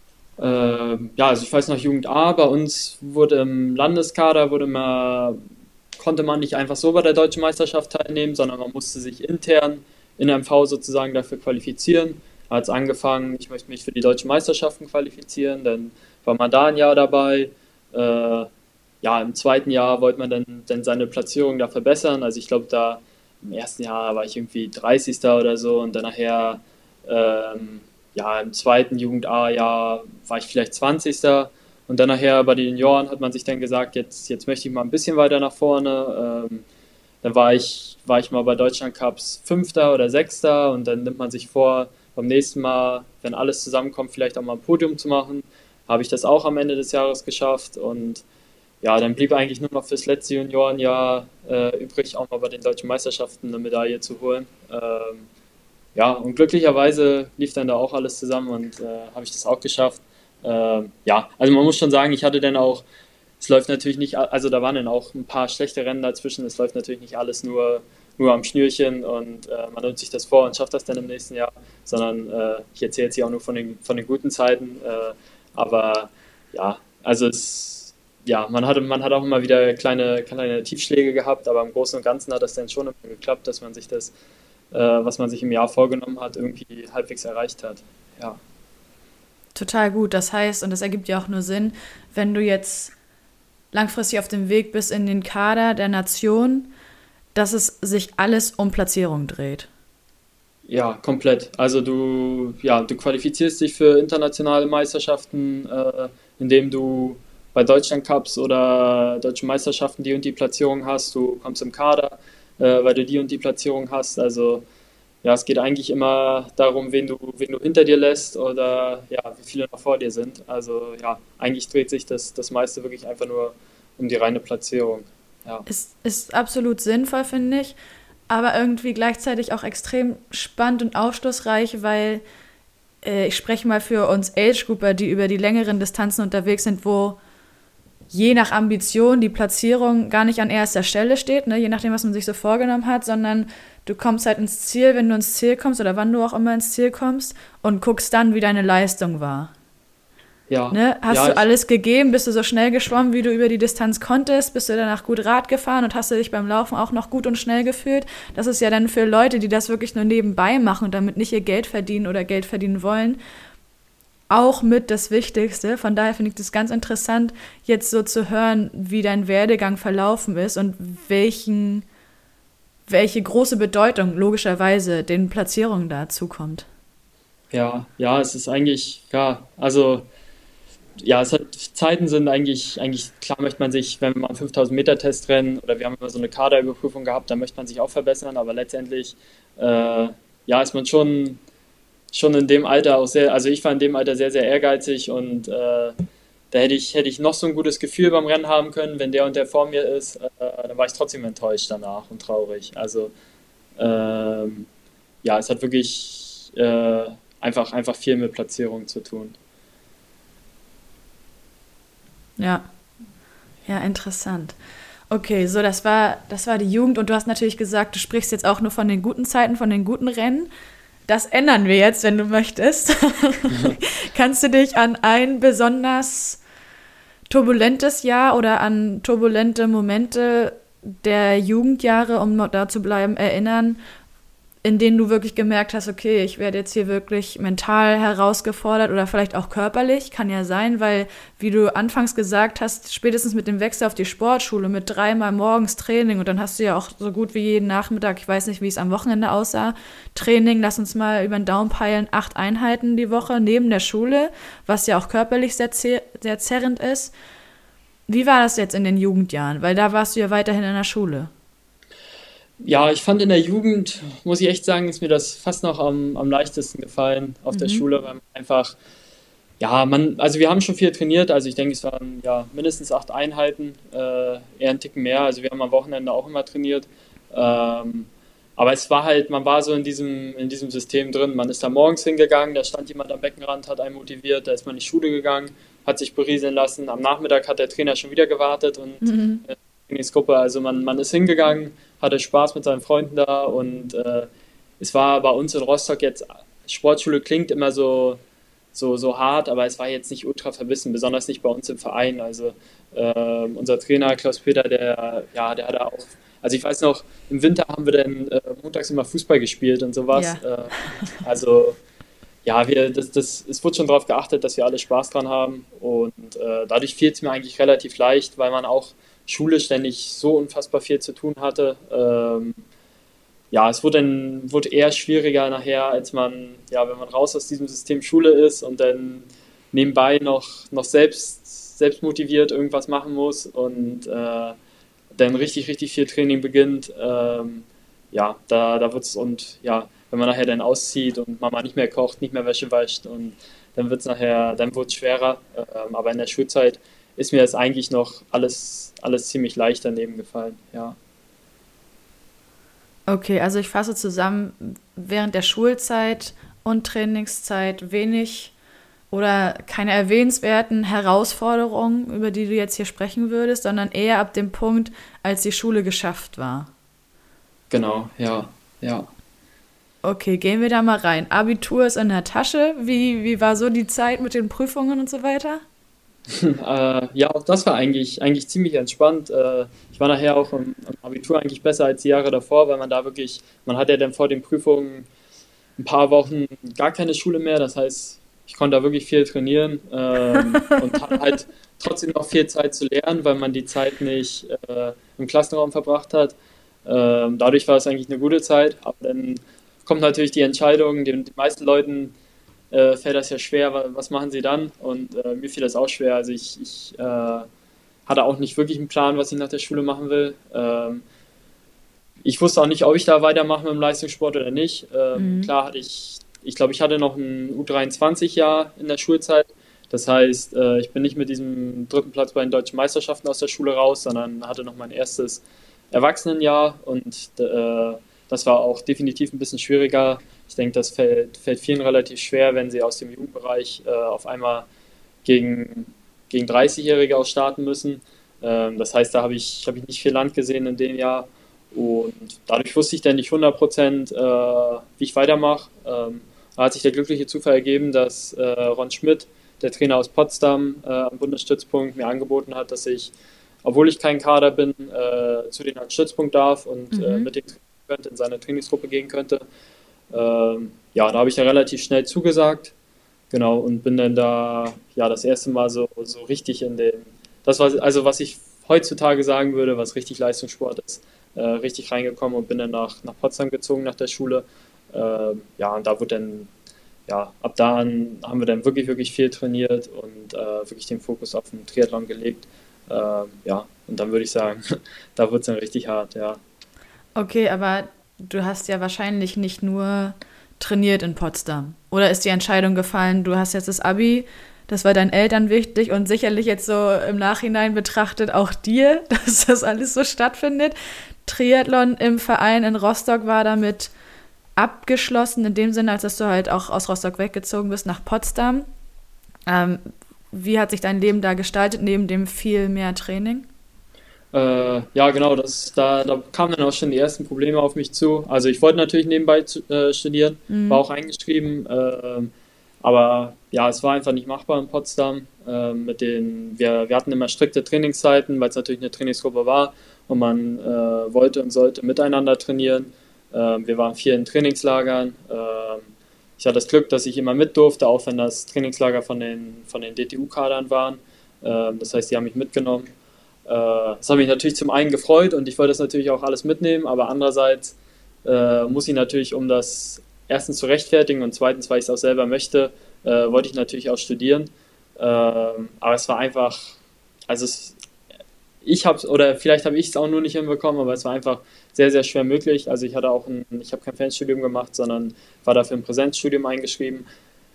Ähm, ja, also ich weiß noch, Jugend A, bei uns wurde im Landeskader, wurde mal, konnte man nicht einfach so bei der Deutschen Meisterschaft teilnehmen, sondern man musste sich intern in M V sozusagen dafür qualifizieren. Da hat es angefangen, ich möchte mich für die Deutschen Meisterschaften qualifizieren, dann war man da ein Jahr dabei. Äh, ja, im zweiten Jahr wollte man dann, dann seine Platzierung da verbessern. Also ich glaube, da im ersten Jahr war ich irgendwie dreißigster oder so und dann nachher, ähm, ja, im zweiten Jugend A-Jahr war ich vielleicht zwanzigster. Und dann nachher bei den Junioren hat man sich dann gesagt, jetzt, jetzt möchte ich mal ein bisschen weiter nach vorne. Ähm, dann war ich, war ich mal bei Deutschland Cups Fünfter oder Sechster und dann nimmt man sich vor, beim nächsten Mal, wenn alles zusammenkommt, vielleicht auch mal ein Podium zu machen. Habe ich das auch am Ende des Jahres geschafft und ja, dann blieb eigentlich nur noch fürs letzte Juniorenjahr äh, übrig, auch mal bei den deutschen Meisterschaften eine Medaille zu holen. Ähm, ja, und glücklicherweise lief dann da auch alles zusammen und äh, habe ich das auch geschafft. Ähm, ja, also man muss schon sagen, ich hatte dann auch, es läuft natürlich nicht, also da waren dann auch ein paar schlechte Rennen dazwischen, es läuft natürlich nicht alles nur, nur am Schnürchen und äh, man nimmt sich das vor und schafft das dann im nächsten Jahr, sondern äh, ich erzähle jetzt hier auch nur von den, von den guten Zeiten, äh, aber ja, also es, ja, man hatte, man hat auch immer wieder kleine, kleine Tiefschläge gehabt, aber im Großen und Ganzen hat das dann schon immer geklappt, dass man sich das, äh, was man sich im Jahr vorgenommen hat, irgendwie halbwegs erreicht hat, ja. Total gut. Das heißt, und das ergibt ja auch nur Sinn, wenn du jetzt langfristig auf dem Weg bist in den Kader der Nation, dass es sich alles um Platzierung dreht. Ja, komplett. Also du, ja, du qualifizierst dich für internationale Meisterschaften, äh, indem du bei Deutschland Cups oder deutschen Meisterschaften die und die Platzierung hast. Du kommst im Kader, äh, weil du die und die Platzierung hast. Also ja, es geht eigentlich immer darum, wen du, wen du hinter dir lässt oder ja, wie viele noch vor dir sind. Also ja, eigentlich dreht sich das, das meiste wirklich einfach nur um die reine Platzierung. Ja. Ist, ist absolut sinnvoll, finde ich, aber irgendwie gleichzeitig auch extrem spannend und aufschlussreich, weil äh, ich spreche mal für uns Age-Grouper, die über die längeren Distanzen unterwegs sind, wo je nach Ambition die Platzierung gar nicht an erster Stelle steht, ne? Je nachdem, was man sich so vorgenommen hat, sondern du kommst halt ins Ziel, wenn du ins Ziel kommst oder wann du auch immer ins Ziel kommst und guckst dann, wie deine Leistung war. Ja, Ne? Hast ja, du ich, alles gegeben? Bist du so schnell geschwommen, wie du über die Distanz konntest? Bist du danach gut Rad gefahren und hast du dich beim Laufen auch noch gut und schnell gefühlt? Das ist ja dann für Leute, die das wirklich nur nebenbei machen und damit nicht ihr Geld verdienen oder Geld verdienen wollen, auch mit das Wichtigste. Von daher finde ich das ganz interessant, jetzt so zu hören, wie dein Werdegang verlaufen ist und welchen, welche große Bedeutung logischerweise den Platzierungen da zukommt. ja, ja, es ist eigentlich, ja, also ja, es hat, Zeiten sind eigentlich, eigentlich, klar möchte man sich, wenn wir mal einen fünftausend Meter Test rennen oder wir haben immer so eine Kaderüberprüfung gehabt, dann möchte man sich auch verbessern, aber letztendlich, äh, ja, ist man schon, schon in dem Alter auch sehr, also ich war in dem Alter sehr, sehr ehrgeizig und äh, da hätte ich, hätte ich noch so ein gutes Gefühl beim Rennen haben können, wenn der und der vor mir ist, äh, dann war ich trotzdem enttäuscht danach und traurig. Also, ähm, ja, es hat wirklich äh, einfach, einfach viel mit Platzierung zu tun. Ja, ja, interessant. Okay, so das war, das war die Jugend und du hast natürlich gesagt, du sprichst jetzt auch nur von den guten Zeiten, von den guten Rennen. Das ändern wir jetzt, wenn du möchtest. Kannst du dich an ein besonders turbulentes Jahr oder an turbulente Momente der Jugendjahre, um noch da zu bleiben, erinnern, in denen du wirklich gemerkt hast, okay, ich werde jetzt hier wirklich mental herausgefordert oder vielleicht auch körperlich, kann ja sein, weil, wie du anfangs gesagt hast, spätestens mit dem Wechsel auf die Sportschule, mit dreimal morgens Training und dann hast du ja auch so gut wie jeden Nachmittag, ich weiß nicht, wie es am Wochenende aussah, Training, lass uns mal über den Daumen peilen, acht Einheiten die Woche neben der Schule, was ja auch körperlich sehr, sehr zerrend ist. Wie war das jetzt in den Jugendjahren? Weil da warst du ja weiterhin in der Schule. Ja, ich fand in der Jugend, muss ich echt sagen, ist mir das fast noch am, am leichtesten gefallen auf der Mhm. Schule, weil man einfach, Ja, man, also wir haben schon viel trainiert, also ich denke, es waren ja mindestens acht Einheiten, äh, eher ein Ticken mehr. Also wir haben am Wochenende auch immer trainiert. Ähm, aber es war halt, man war so in diesem, in diesem System drin. Man ist da morgens hingegangen, da stand jemand am Beckenrand, hat einen motiviert, da ist man in die Schule gegangen, hat sich berieseln lassen. Am Nachmittag hat der Trainer schon wieder gewartet und Mhm. äh, Trainingsgruppe, also man, man ist hingegangen, hatte Spaß mit seinen Freunden da und äh, es war bei uns in Rostock jetzt, Sportschule klingt immer so so, so hart, aber es war jetzt nicht ultra verbissen, besonders nicht bei uns im Verein. Also ähm, unser Trainer Klaus-Peter, der, ja, der hat da auch, also ich weiß noch, im Winter haben wir dann äh, montags immer Fußball gespielt und sowas. Ja. Äh, also ja, wir, das, das, es wurde schon darauf geachtet, dass wir alle Spaß dran haben und äh, dadurch fiel es mir eigentlich relativ leicht, weil man auch schulisch ständig so unfassbar viel zu tun hatte. Ähm, ja, es wurde dann wurde eher schwieriger nachher, als man, ja, wenn man raus aus diesem System Schule ist und dann nebenbei noch, noch selbst, selbst motiviert irgendwas machen muss und äh, dann richtig, richtig viel Training beginnt. Ähm, ja, da, da wird es und ja, wenn man nachher dann auszieht und Mama nicht mehr kocht, nicht mehr Wäsche wäscht und dann wird es nachher, dann wird es schwerer. Ähm, aber in der Schulzeit ist mir das eigentlich noch alles, alles ziemlich leicht daneben gefallen, ja. Okay, also ich fasse zusammen, während der Schulzeit und Trainingszeit wenig oder keine erwähnenswerten Herausforderungen, über die du jetzt hier sprechen würdest, sondern eher ab dem Punkt, als die Schule geschafft war. Genau, ja, ja. Okay, gehen wir da mal rein. Abitur ist in der Tasche. Wie, wie war so die Zeit mit den Prüfungen und so weiter? Äh, ja, auch das war eigentlich, eigentlich ziemlich entspannt. Äh, ich war nachher auch im, im Abitur eigentlich besser als die Jahre davor, weil man da wirklich, man hat ja dann vor den Prüfungen ein paar Wochen gar keine Schule mehr. Das heißt, ich konnte da wirklich viel trainieren ähm, und hatte halt trotzdem noch viel Zeit zu lernen, weil man die Zeit nicht äh, im Klassenraum verbracht hat. Ähm, dadurch war es eigentlich eine gute Zeit. Aber dann kommt natürlich die Entscheidung, den, den meisten Leuten äh, fällt das ja schwer, wa- was machen sie dann? Und äh, mir fiel das auch schwer. Also ich, ich äh, hatte auch nicht wirklich einen Plan, was ich nach der Schule machen will. Ähm, ich wusste auch nicht, ob ich da weitermache mit dem Leistungssport oder nicht. Ähm, Mhm. klar hatte ich, ich glaube, ich hatte noch ein U dreiundzwanzig-Jahr in der Schulzeit. Das heißt, äh, ich bin nicht mit diesem dritten Platz bei den deutschen Meisterschaften aus der Schule raus, sondern hatte noch mein erstes Erwachsenenjahr und äh, das war auch definitiv ein bisschen schwieriger. Ich denke, das fällt, fällt vielen relativ schwer, wenn sie aus dem Jugendbereich äh, auf einmal gegen, gegen dreißig-Jährige auch starten müssen. Ähm, das heißt, da habe ich, habe ich nicht viel Land gesehen in dem Jahr und dadurch wusste ich dann nicht hundert Prozent, äh, wie ich weitermache. Ähm, da hat sich der glückliche Zufall ergeben, dass äh, Ron Schmidt, der Trainer aus Potsdam, äh, am Bundesstützpunkt mir angeboten hat, dass ich, obwohl ich kein Kader bin, äh, zu denen als Stützpunkt darf und äh, Mhm. mit dem könnte, in seine Trainingsgruppe gehen könnte. Ähm, ja, da habe ich ja relativ schnell zugesagt. Genau, und bin dann da ja das erste Mal so, so richtig in den, das war also was ich heutzutage sagen würde, was richtig Leistungssport ist, äh, richtig reingekommen und bin dann nach, nach Potsdam gezogen nach der Schule. Ähm, ja, und da wurde dann, ja, ab da an haben wir dann wirklich, wirklich viel trainiert und äh, wirklich den Fokus auf den Triathlon gelegt. Ähm, ja, und dann würde ich sagen, da wird es dann richtig hart, ja. Okay, aber du hast ja wahrscheinlich nicht nur trainiert in Potsdam. Oder ist die Entscheidung gefallen, du hast jetzt das Abi, das war deinen Eltern wichtig und sicherlich jetzt so im Nachhinein betrachtet auch dir, dass das alles so stattfindet. Triathlon im Verein in Rostock war damit abgeschlossen, in dem Sinne, als dass du halt auch aus Rostock weggezogen bist nach Potsdam. Ähm, Wie hat sich dein Leben da gestaltet, neben dem viel mehr Training? Äh, ja, genau, das, da, da kamen dann auch schon die ersten Probleme auf mich zu. Also ich wollte natürlich nebenbei zu, äh, studieren, war Mhm. auch eingeschrieben, ähm, aber ja, es war einfach nicht machbar in Potsdam. Ähm, mit den, wir, wir hatten immer strikte Trainingszeiten, weil es natürlich eine Trainingsgruppe war und man äh, wollte und sollte miteinander trainieren. Ähm, wir waren viel in Trainingslagern. Ähm, ich hatte das Glück, dass ich immer mit durfte, auch wenn das Trainingslager von den, von den D T U-Kadern waren. Ähm, das heißt, die haben mich mitgenommen. Äh, das hat mich natürlich zum einen gefreut und ich wollte das natürlich auch alles mitnehmen, aber andererseits äh, muss ich natürlich, um das erstens zu rechtfertigen und zweitens, weil ich es auch selber möchte, äh, wollte ich natürlich auch studieren. Ähm, aber es war einfach, also es, ich habe oder vielleicht habe ich es auch nur nicht hinbekommen, aber es war einfach sehr, sehr schwer möglich. Also ich hatte auch ein, ich habe kein Fernstudium gemacht, sondern war dafür ein Präsenzstudium eingeschrieben.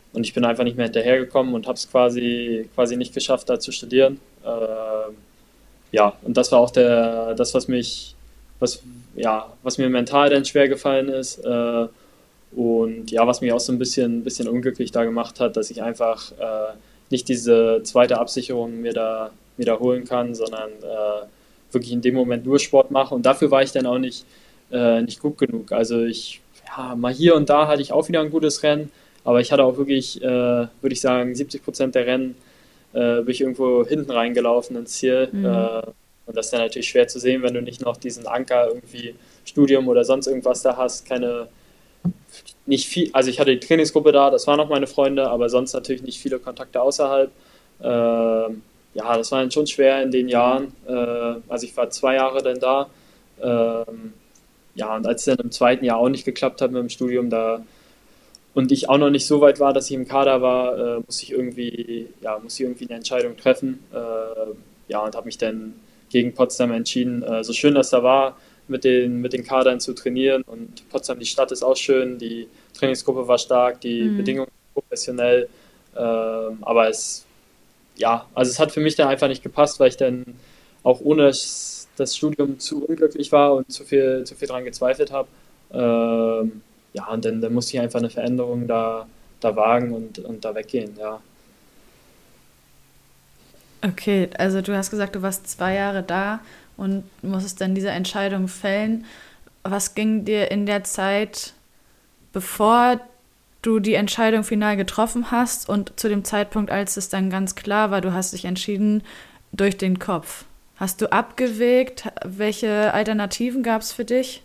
und ich bin einfach nicht mehr hinterhergekommen und habe es quasi, quasi nicht geschafft, da zu studieren. Ähm, ja, und das war auch der, das, was mich, was, ja, was mir mental dann schwer gefallen ist. Äh, und ja, was mich auch so ein bisschen, bisschen unglücklich da gemacht hat, dass ich einfach äh, nicht diese zweite Absicherung mir da, mir da holen kann, sondern äh, wirklich in dem Moment nur Sport mache. Und dafür war ich dann auch nicht, äh, nicht gut genug. Also ich, ja, mal hier und da hatte ich auch wieder ein gutes Rennen, aber ich hatte auch wirklich, äh, würde ich sagen, siebzig Prozent der Rennen äh, bin ich irgendwo hinten reingelaufen ins Ziel. Mhm. Äh, und das ist dann natürlich schwer zu sehen, wenn du nicht noch diesen Anker irgendwie Studium oder sonst irgendwas da hast. Keine, nicht viel, also ich hatte die Trainingsgruppe da, das waren auch meine Freunde, aber sonst natürlich nicht viele Kontakte außerhalb. Ähm, ja, das war dann schon schwer in den Jahren. Äh, also ich war zwei Jahre dann da. Ähm, ja, und als es dann im zweiten Jahr auch nicht geklappt hat mit dem Studium, da und ich auch noch nicht so weit war, dass ich im Kader war, äh, musste ich irgendwie, ja, musste ich irgendwie eine Entscheidung treffen. Äh, ja, und habe mich dann gegen Potsdam entschieden. Äh, so schön das da war, mit den, mit den Kadern zu trainieren. Und Potsdam, die Stadt ist auch schön, die Trainingsgruppe war stark, die Mhm. Bedingungen professionell. Ähm, aber es, ja, also es hat für mich dann einfach nicht gepasst, weil ich dann auch ohne das das Studium zu unglücklich war und zu viel, zu viel dran gezweifelt habe. Ähm, ja, und dann, dann musste ich einfach eine Veränderung da, da wagen und, und da weggehen, ja. Okay, also du hast gesagt, du warst zwei Jahre da und musstest dann diese Entscheidung fällen. Was ging dir in der Zeit, bevor du die Entscheidung final getroffen hast und zu dem Zeitpunkt, als es dann ganz klar war, du hast dich entschieden, durch den Kopf? Hast du abgewägt? Welche Alternativen gab es für dich?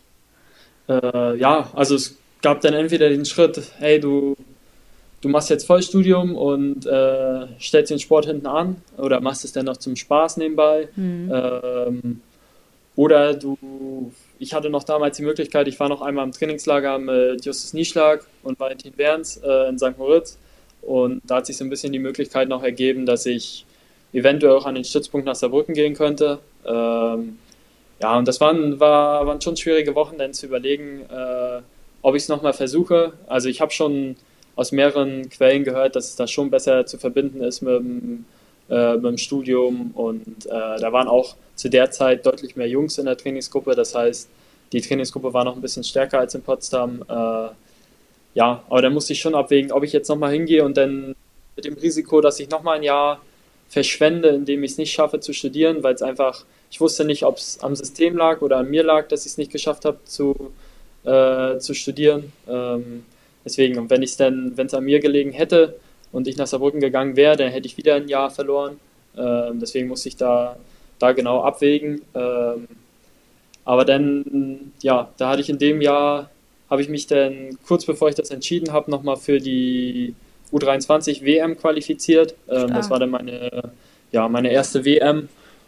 Äh, ja, also es gab dann entweder den Schritt, hey, du, du machst jetzt Vollstudium und äh, stellst den Sport hinten an oder machst es dann noch zum Spaß nebenbei. Hm. Ähm, Oder du, ich hatte noch damals die Möglichkeit, ich war noch einmal im Trainingslager mit Justus Nieschlag und Valentin Werns äh, in Sankt Moritz. Und da hat sich so ein bisschen die Möglichkeit noch ergeben, dass ich eventuell auch an den Stützpunkt nach Saarbrücken gehen könnte. Ähm, ja, und das waren, war, waren schon schwierige Wochen, dann zu überlegen, äh, ob ich es nochmal versuche. Also ich habe schon aus mehreren Quellen gehört, dass es da schon besser zu verbinden ist mit dem, äh, mit dem Studium. Und äh, da waren auch zu der Zeit deutlich mehr Jungs in der Trainingsgruppe. Das heißt, die Trainingsgruppe war noch ein bisschen stärker als in Potsdam. Äh, ja, aber da musste ich schon abwägen, ob ich jetzt nochmal hingehe und dann mit dem Risiko, dass ich nochmal ein Jahr verschwende, indem ich es nicht schaffe zu studieren, weil es einfach, ich wusste nicht, ob es am System lag oder an mir lag, dass ich es nicht geschafft habe zu, äh, zu studieren. Ähm, deswegen, und wenn ich es dann, wenn es an mir gelegen hätte und ich nach Saarbrücken gegangen wäre, dann hätte ich wieder ein Jahr verloren. Ähm, deswegen musste ich da, da genau abwägen. Ähm, aber dann, ja, da hatte ich in dem Jahr, habe ich mich dann kurz bevor ich das entschieden habe, nochmal für die U dreiundzwanzig W M qualifiziert. Ähm, das war Stark. dann meine, ja, meine erste W M.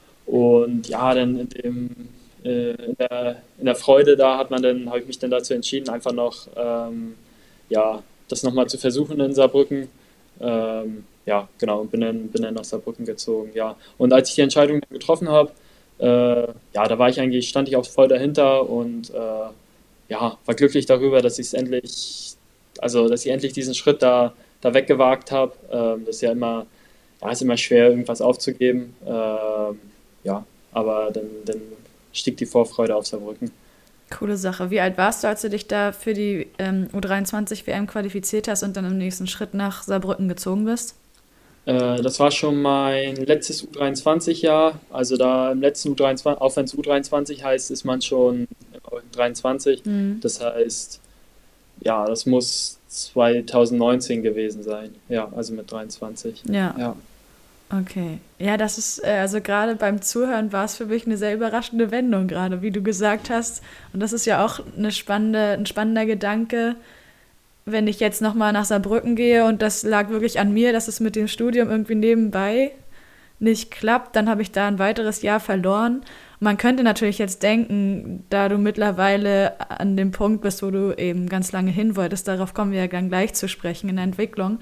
Und ja, dann in, dem, äh, in, der, in der Freude da hat man dann, habe ich mich dann dazu entschieden, einfach noch, ähm, ja, das nochmal zu versuchen in Saarbrücken. Ähm, ja, genau, und bin dann, bin dann nach Saarbrücken gezogen, ja. Und als ich die Entscheidung dann getroffen habe, äh, ja, da war ich eigentlich, stand ich auch voll dahinter und äh, ja, war glücklich darüber, dass ich es endlich, also dass ich endlich diesen Schritt da, da weggewagt habe. Ähm, das ist ja immer, ja, ist immer schwer, irgendwas aufzugeben. Ähm, ja, aber dann, dann stieg die Vorfreude auf Saarbrücken. Coole Sache. Wie alt warst du, als du dich da für die ähm, U dreiundzwanzig W M qualifiziert hast und dann im nächsten Schritt nach Saarbrücken gezogen bist? Äh, das war schon mein letztes U dreiundzwanzig-Jahr. Also da im letzten U dreiundzwanzig, auch wenn es U dreiundzwanzig heißt, ist man schon dreiundzwanzig. Hm. Das heißt, ja, das muss zwanzig neunzehn gewesen sein. Ja, also mit dreiundzwanzig. Ja, Ja. okay. Ja, das ist, äh, also gerade beim Zuhören war es für mich eine sehr überraschende Wendung, gerade wie du gesagt hast. Und das ist ja auch eine spannende, ein spannender Gedanke, wenn ich jetzt nochmal nach Saarbrücken gehe und das lag wirklich an mir, dass es mit dem Studium irgendwie nebenbei nicht klappt, dann habe ich da ein weiteres Jahr verloren. Man könnte natürlich jetzt denken, da du mittlerweile an dem Punkt bist, wo du eben ganz lange hin wolltest, darauf kommen wir ja dann gleich zu sprechen in der Entwicklung,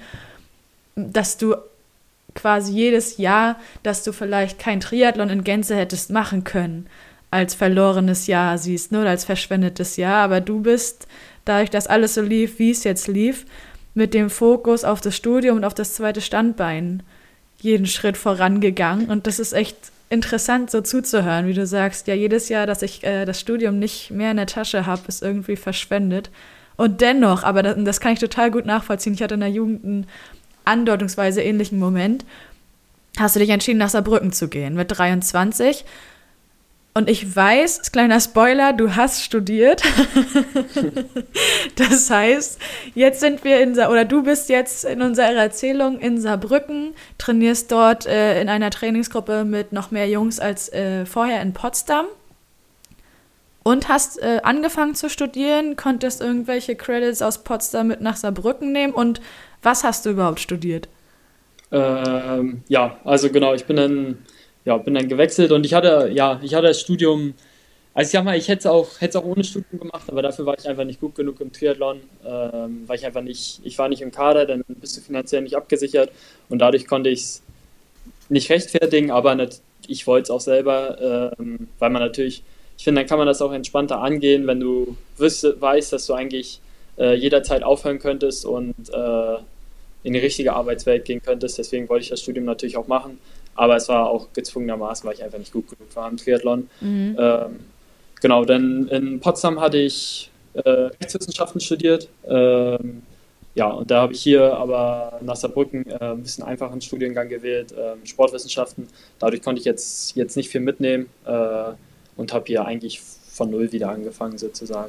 dass du quasi jedes Jahr, dass du vielleicht kein Triathlon in Gänze hättest machen können, als verlorenes Jahr siehst, ne, oder als verschwendetes Jahr, aber du bist, dadurch, dass alles so lief, wie es jetzt lief, mit dem Fokus auf das Studium und auf das zweite Standbein jeden Schritt vorangegangen. Und das ist echt interessant, so zuzuhören, wie du sagst, ja, jedes Jahr, dass ich äh, das Studium nicht mehr in der Tasche habe, ist irgendwie verschwendet. Und dennoch, aber das, das kann ich total gut nachvollziehen, ich hatte in der Jugend einen andeutungsweise ähnlichen Moment, hast du dich entschieden, nach Saarbrücken zu gehen mit dreiundzwanzig. Und ich weiß, kleiner Spoiler, du hast studiert. Das heißt, jetzt sind wir in Sa- oder du bist jetzt in unserer Erzählung in Saarbrücken, trainierst dort äh, in einer Trainingsgruppe mit noch mehr Jungs als äh, vorher in Potsdam und hast äh, angefangen zu studieren, konntest irgendwelche Credits aus Potsdam mit nach Saarbrücken nehmen. Und was hast du überhaupt studiert? Ähm, ja, also genau, ich bin dann, ja, bin dann gewechselt und ich hatte, ja, ich hatte das Studium, also ich sag mal, ich hätte es auch, hätte es auch ohne Studium gemacht, aber dafür war ich einfach nicht gut genug im Triathlon, ähm, weil ich einfach nicht, ich war nicht im Kader, dann bist du finanziell nicht abgesichert und dadurch konnte ich es nicht rechtfertigen, aber nicht, ich wollte es auch selber, ähm, weil man natürlich, ich finde, dann kann man das auch entspannter angehen, wenn du wüsste, weißt, dass du eigentlich äh, jederzeit aufhören könntest und äh, in die richtige Arbeitswelt gehen könntest. Deswegen wollte ich das Studium natürlich auch machen. Aber es war auch gezwungenermaßen, weil ich einfach nicht gut genug war im Triathlon. Mhm. Ähm, genau, dann in Potsdam hatte ich äh, Rechtswissenschaften studiert. Ähm, ja, und da habe ich hier aber nach Saarbrücken äh, ein bisschen einfachen Studiengang gewählt, ähm, Sportwissenschaften. Dadurch konnte ich jetzt, jetzt nicht viel mitnehmen äh, und habe hier eigentlich von Null wieder angefangen sozusagen.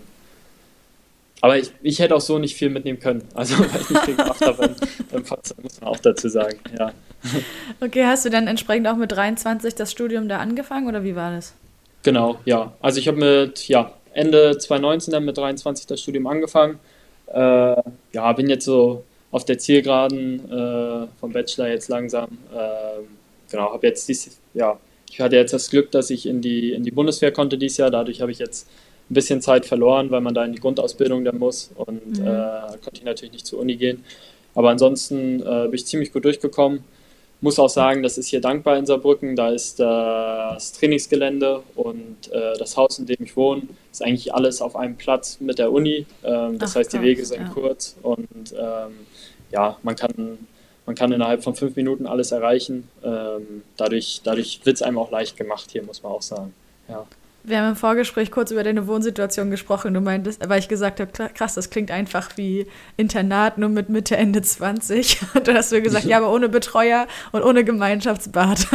Aber ich, ich hätte auch so nicht viel mitnehmen können. Also, weil ich nicht viel gemacht habe in, in Potsdam, muss man auch dazu sagen. Ja. Okay, hast du dann entsprechend auch mit dreiundzwanzig das Studium da angefangen oder wie war das? Genau, ja. Also ich habe mit ja, Ende zwanzig neunzehn dann mit dreiundzwanzig das Studium angefangen. Äh, ja, bin jetzt so auf der Zielgeraden äh, vom Bachelor jetzt langsam. Ähm, genau, habe jetzt dies, ja, ich hatte jetzt das Glück, dass ich in die, in die Bundeswehr konnte dieses Jahr. Dadurch habe ich jetzt ein bisschen Zeit verloren, weil man da in die Grundausbildung dann muss und Mhm. äh, konnte ich natürlich nicht zur Uni gehen. Aber ansonsten äh, bin ich ziemlich gut durchgekommen. Muss auch sagen, das ist hier dankbar in Saarbrücken. Da ist äh, das Trainingsgelände und äh, das Haus, in dem ich wohne, ist eigentlich alles auf einem Platz mit der Uni. Ähm, das Ach heißt, die Wege krass, sind ja. kurz und ähm, ja, man kann, man kann innerhalb von fünf Minuten alles erreichen. Ähm, dadurch dadurch wird es einem auch leicht gemacht hier, muss man auch sagen. Ja. Wir haben im Vorgespräch kurz über deine Wohnsituation gesprochen. Du meintest, weil ich gesagt habe, kla- krass, das klingt einfach wie Internat, nur mit Mitte, Ende zwanzig. Und dann hast du gesagt, ja, aber ohne Betreuer und ohne Gemeinschaftsbad.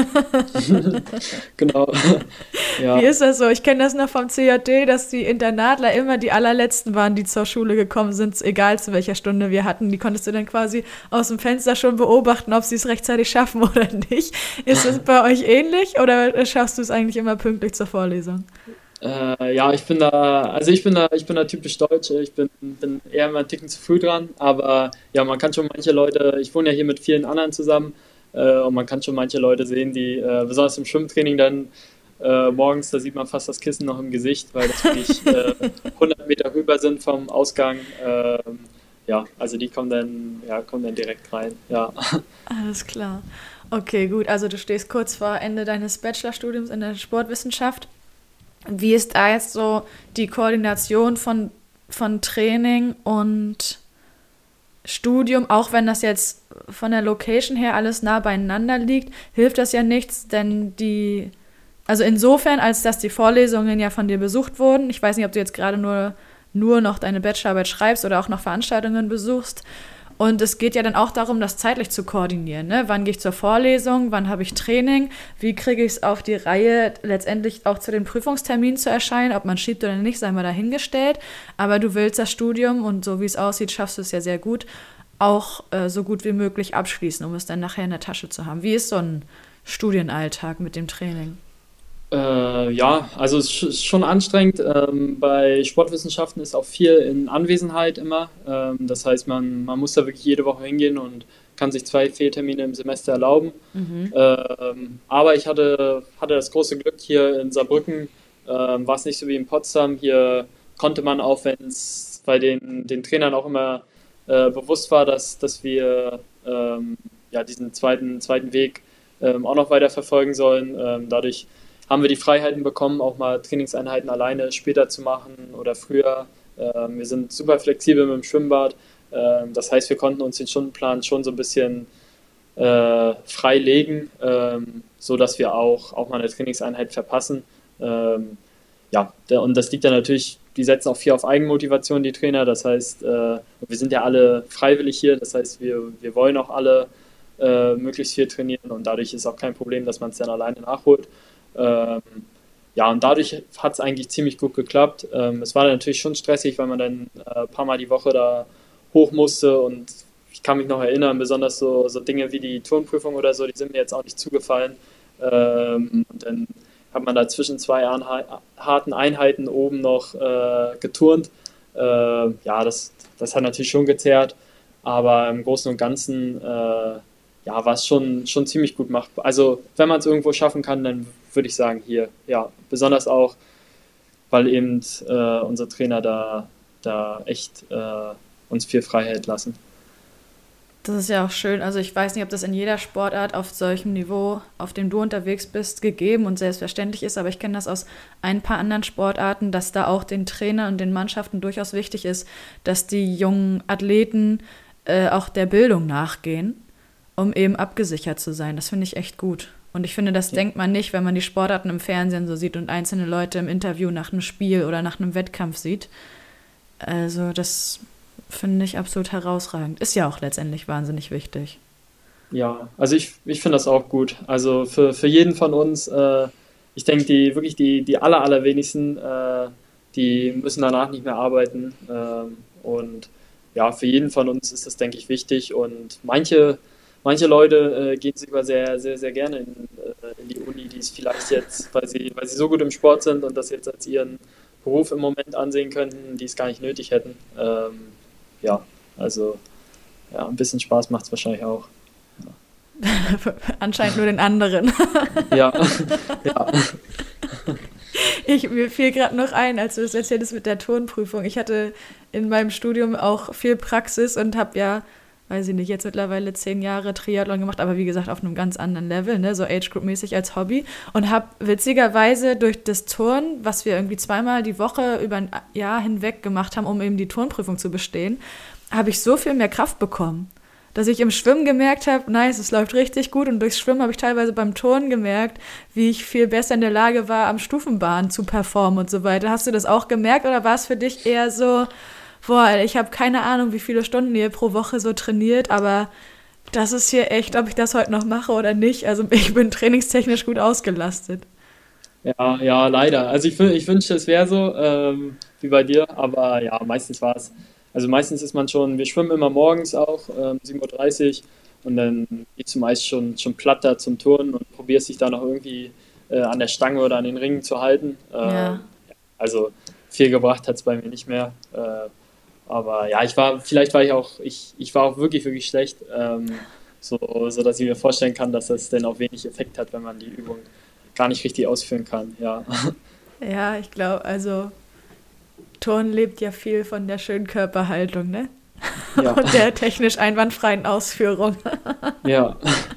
Genau. Wie Ja. ist das so? Ich kenne das noch vom C J D, dass die Internatler immer die allerletzten waren, die zur Schule gekommen sind, egal zu welcher Stunde wir hatten. Die konntest du dann quasi aus dem Fenster schon beobachten, ob sie es rechtzeitig schaffen oder nicht. Ist es bei euch ähnlich oder schaffst du es eigentlich immer pünktlich zur Vorlesung? Äh, ja, ich bin da, also ich bin da, ich bin da typisch deutsch. Ich bin, bin eher immer einen Ticken zu früh dran, aber ja, man kann schon manche Leute, ich wohne ja hier mit vielen anderen zusammen, äh, und man kann schon manche Leute sehen, die, äh, besonders im Schwimmtraining dann äh, morgens, da sieht man fast das Kissen noch im Gesicht, weil das wirklich äh, hundert Meter rüber sind vom Ausgang. Ähm, ja, also die kommen dann, ja, kommen dann direkt rein. Ja. Alles klar. Okay, gut. Also du stehst kurz vor Ende deines Bachelorstudiums in der Sportwissenschaft. Wie ist da jetzt so die Koordination von, von Training und Studium, auch wenn das jetzt von der Location her alles nah beieinander liegt, hilft das ja nichts, denn die, also insofern, als dass die Vorlesungen ja von dir besucht wurden, ich weiß nicht, ob du jetzt gerade nur, nur noch deine Bachelorarbeit schreibst oder auch noch Veranstaltungen besuchst, und es geht ja dann auch darum, das zeitlich zu koordinieren. Ne? Wann gehe ich zur Vorlesung, wann habe ich Training, wie kriege ich es auf die Reihe, letztendlich auch zu den Prüfungsterminen zu erscheinen, ob man schiebt oder nicht, sei mal dahingestellt. Aber du willst das Studium, und so wie es aussieht, schaffst du es ja sehr gut, auch äh, so gut wie möglich abschließen, um es dann nachher in der Tasche zu haben. Wie ist so ein Studienalltag mit dem Training? Äh, ja, also es sch- ist schon anstrengend. Ähm, bei Sportwissenschaften ist auch viel in Anwesenheit immer. Ähm, das heißt, man, man muss da wirklich jede Woche hingehen und kann sich zwei Fehltermine im Semester erlauben. Mhm. Ähm, aber ich hatte, hatte das große Glück hier in Saarbrücken, ähm, war es nicht so wie in Potsdam. Hier konnte man auch, wenn es bei den, den Trainern auch immer äh, bewusst war, dass, dass wir ähm, ja, diesen zweiten, zweiten Weg ähm, auch noch weiter verfolgen sollen. Ähm, dadurch haben wir die Freiheiten bekommen, auch mal Trainingseinheiten alleine später zu machen oder früher. Ähm, wir sind super flexibel mit dem Schwimmbad. Ähm, das heißt, wir konnten uns den Stundenplan schon so ein bisschen äh, frei legen, ähm, so dass wir auch, auch mal eine Trainingseinheit verpassen. Ähm, ja, der, und das liegt ja natürlich, die setzen auch viel auf Eigenmotivation, die Trainer. Das heißt, äh, wir sind ja alle freiwillig hier, das heißt, wir, wir wollen auch alle äh, möglichst viel trainieren und dadurch ist auch kein Problem, dass man es dann alleine nachholt. Ähm, ja, und dadurch hat es eigentlich ziemlich gut geklappt. Ähm, es war dann natürlich schon stressig, weil man dann äh, ein paar Mal die Woche da hoch musste und ich kann mich noch erinnern, besonders so, so Dinge wie die Turnprüfung oder so, die sind mir jetzt auch nicht zugefallen. Ähm, und dann hat man da zwischen zwei harten Einheiten oben noch äh, geturnt. Äh, ja, das, das hat natürlich schon gezerrt, aber im Großen und Ganzen äh, ja, war es schon, schon ziemlich gut machbar. Also wenn man es irgendwo schaffen kann, dann würde ich sagen hier. Ja, besonders auch, weil eben äh, unsere Trainer da, da echt äh, uns viel Freiheit lassen. Das ist ja auch schön. Also ich weiß nicht, ob das in jeder Sportart auf solchem Niveau, auf dem du unterwegs bist, gegeben und selbstverständlich ist, aber ich kenne das aus ein paar anderen Sportarten, dass da auch den Trainern und den Mannschaften durchaus wichtig ist, dass die jungen Athleten äh, auch der Bildung nachgehen, um eben abgesichert zu sein. Das finde ich echt gut. Und ich finde, das Ja. denkt man nicht, wenn man die Sportarten im Fernsehen so sieht und einzelne Leute im Interview nach einem Spiel oder nach einem Wettkampf sieht. Also das finde ich absolut herausragend. Ist ja auch letztendlich wahnsinnig wichtig. Ja, also ich, ich finde das auch gut. Also für, für jeden von uns, äh, ich denke, die wirklich die, die aller, allerwenigsten, äh, die müssen danach nicht mehr arbeiten. Ähm, und ja, für jeden von uns ist das, denke ich, wichtig. Und manche, manche Leute äh, gehen sogar sehr, sehr, sehr gerne in, äh, in die Uni, die es vielleicht jetzt, weil sie, weil sie so gut im Sport sind und das jetzt als ihren Beruf im Moment ansehen könnten, die es gar nicht nötig hätten. Ähm, ja, also ja, ein bisschen Spaß macht es wahrscheinlich auch. Anscheinend nur den anderen. Ja, ja, Ich, mir fiel gerade noch ein, als du das erzähltest mit der Turnprüfung. Ich hatte in meinem Studium auch viel Praxis und habe ja, weiß ich nicht, jetzt mittlerweile zehn Jahre Triathlon gemacht, aber wie gesagt auf einem ganz anderen Level, ne, so Age-Group-mäßig als Hobby. Und habe witzigerweise durch das Turnen, was wir irgendwie zweimal die Woche über ein Jahr hinweg gemacht haben, um eben die Turnprüfung zu bestehen, habe ich so viel mehr Kraft bekommen, dass ich im Schwimmen gemerkt habe, nice, es läuft richtig gut und durchs Schwimmen habe ich teilweise beim Turnen gemerkt, wie ich viel besser in der Lage war, am Stufenbahn zu performen und so weiter. Hast du das auch gemerkt oder war es für dich eher so, boah, ich habe keine Ahnung, wie viele Stunden ihr pro Woche so trainiert, aber das ist hier echt, ob ich das heute noch mache oder nicht. Also ich bin trainingstechnisch gut ausgelastet. ja, ja, leider. Also ich, wün- ich wünschte, es wäre so, ähm, wie bei dir, aber ja, meistens war es. Also meistens ist man schon, wir schwimmen immer morgens auch, ähm, sieben Uhr dreißig und dann gehst du meist schon, schon platt da zum Turnen und probierst dich da noch irgendwie äh, an der Stange oder an den Ringen zu halten. Ja. Ähm, also viel gebracht hat es bei mir nicht mehr. Äh, aber ja, ich war, vielleicht war ich auch, ich, ich war auch wirklich, wirklich schlecht, ähm, so, so dass ich mir vorstellen kann, dass das dann auch wenig Effekt hat, wenn man die Übung gar nicht richtig ausführen kann. Ja, Ja, ich glaube, also Turnen lebt ja viel von der schönen Körperhaltung, ne? ja, Und der technisch einwandfreien Ausführung. ja,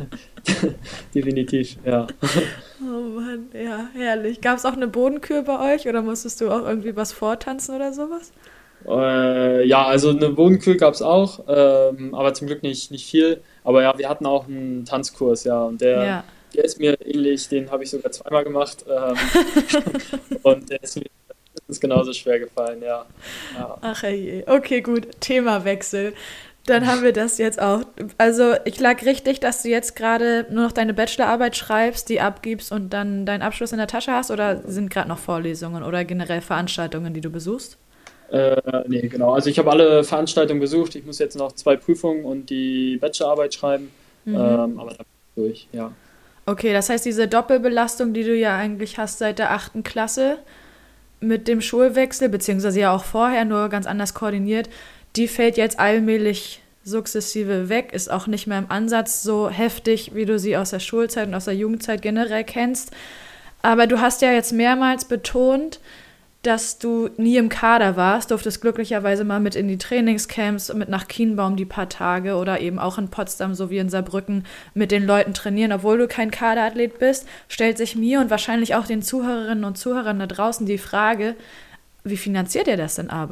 definitiv, ja. Oh Mann, ja, herrlich. Gab es auch eine Bodenkür bei euch oder musstest du auch irgendwie was vortanzen oder sowas? Äh, ja, also eine Bodenkühl gab es auch, ähm, aber zum Glück nicht, nicht viel. Aber ja, wir hatten auch einen Tanzkurs, ja, und der, Ja. der ist mir ähnlich, den habe ich sogar zweimal gemacht. Ähm, und der ist mir mindestens genauso schwer gefallen, ja. Ja, Ach je. Okay, gut. Themawechsel. Dann haben wir das jetzt auch. Also ich lag richtig, dass du jetzt gerade nur noch deine Bachelorarbeit schreibst, die abgibst und dann deinen Abschluss in der Tasche hast oder sind gerade noch Vorlesungen oder generell Veranstaltungen, die du besuchst? äh, nee, genau. Also ich habe alle Veranstaltungen besucht. Ich muss jetzt noch zwei Prüfungen und die Bachelorarbeit schreiben. Mhm. Ähm, aber dann bin ich durch, ja. Okay, das heißt, diese Doppelbelastung, die du ja eigentlich hast seit der achten Klasse mit dem Schulwechsel, beziehungsweise ja auch vorher, nur ganz anders koordiniert, die fällt jetzt allmählich sukzessive weg, ist auch nicht mehr im Ansatz so heftig, wie du sie aus der Schulzeit und aus der Jugendzeit generell kennst. Aber du hast ja jetzt mehrmals betont, dass du nie im Kader warst, durftest glücklicherweise mal mit in die Trainingscamps, mit nach Kienbaum die paar Tage oder eben auch in Potsdam sowie in Saarbrücken mit den Leuten trainieren. Obwohl du kein Kaderathlet bist, stellt sich mir und wahrscheinlich auch den Zuhörerinnen und Zuhörern da draußen die Frage, wie finanziert ihr das denn aber?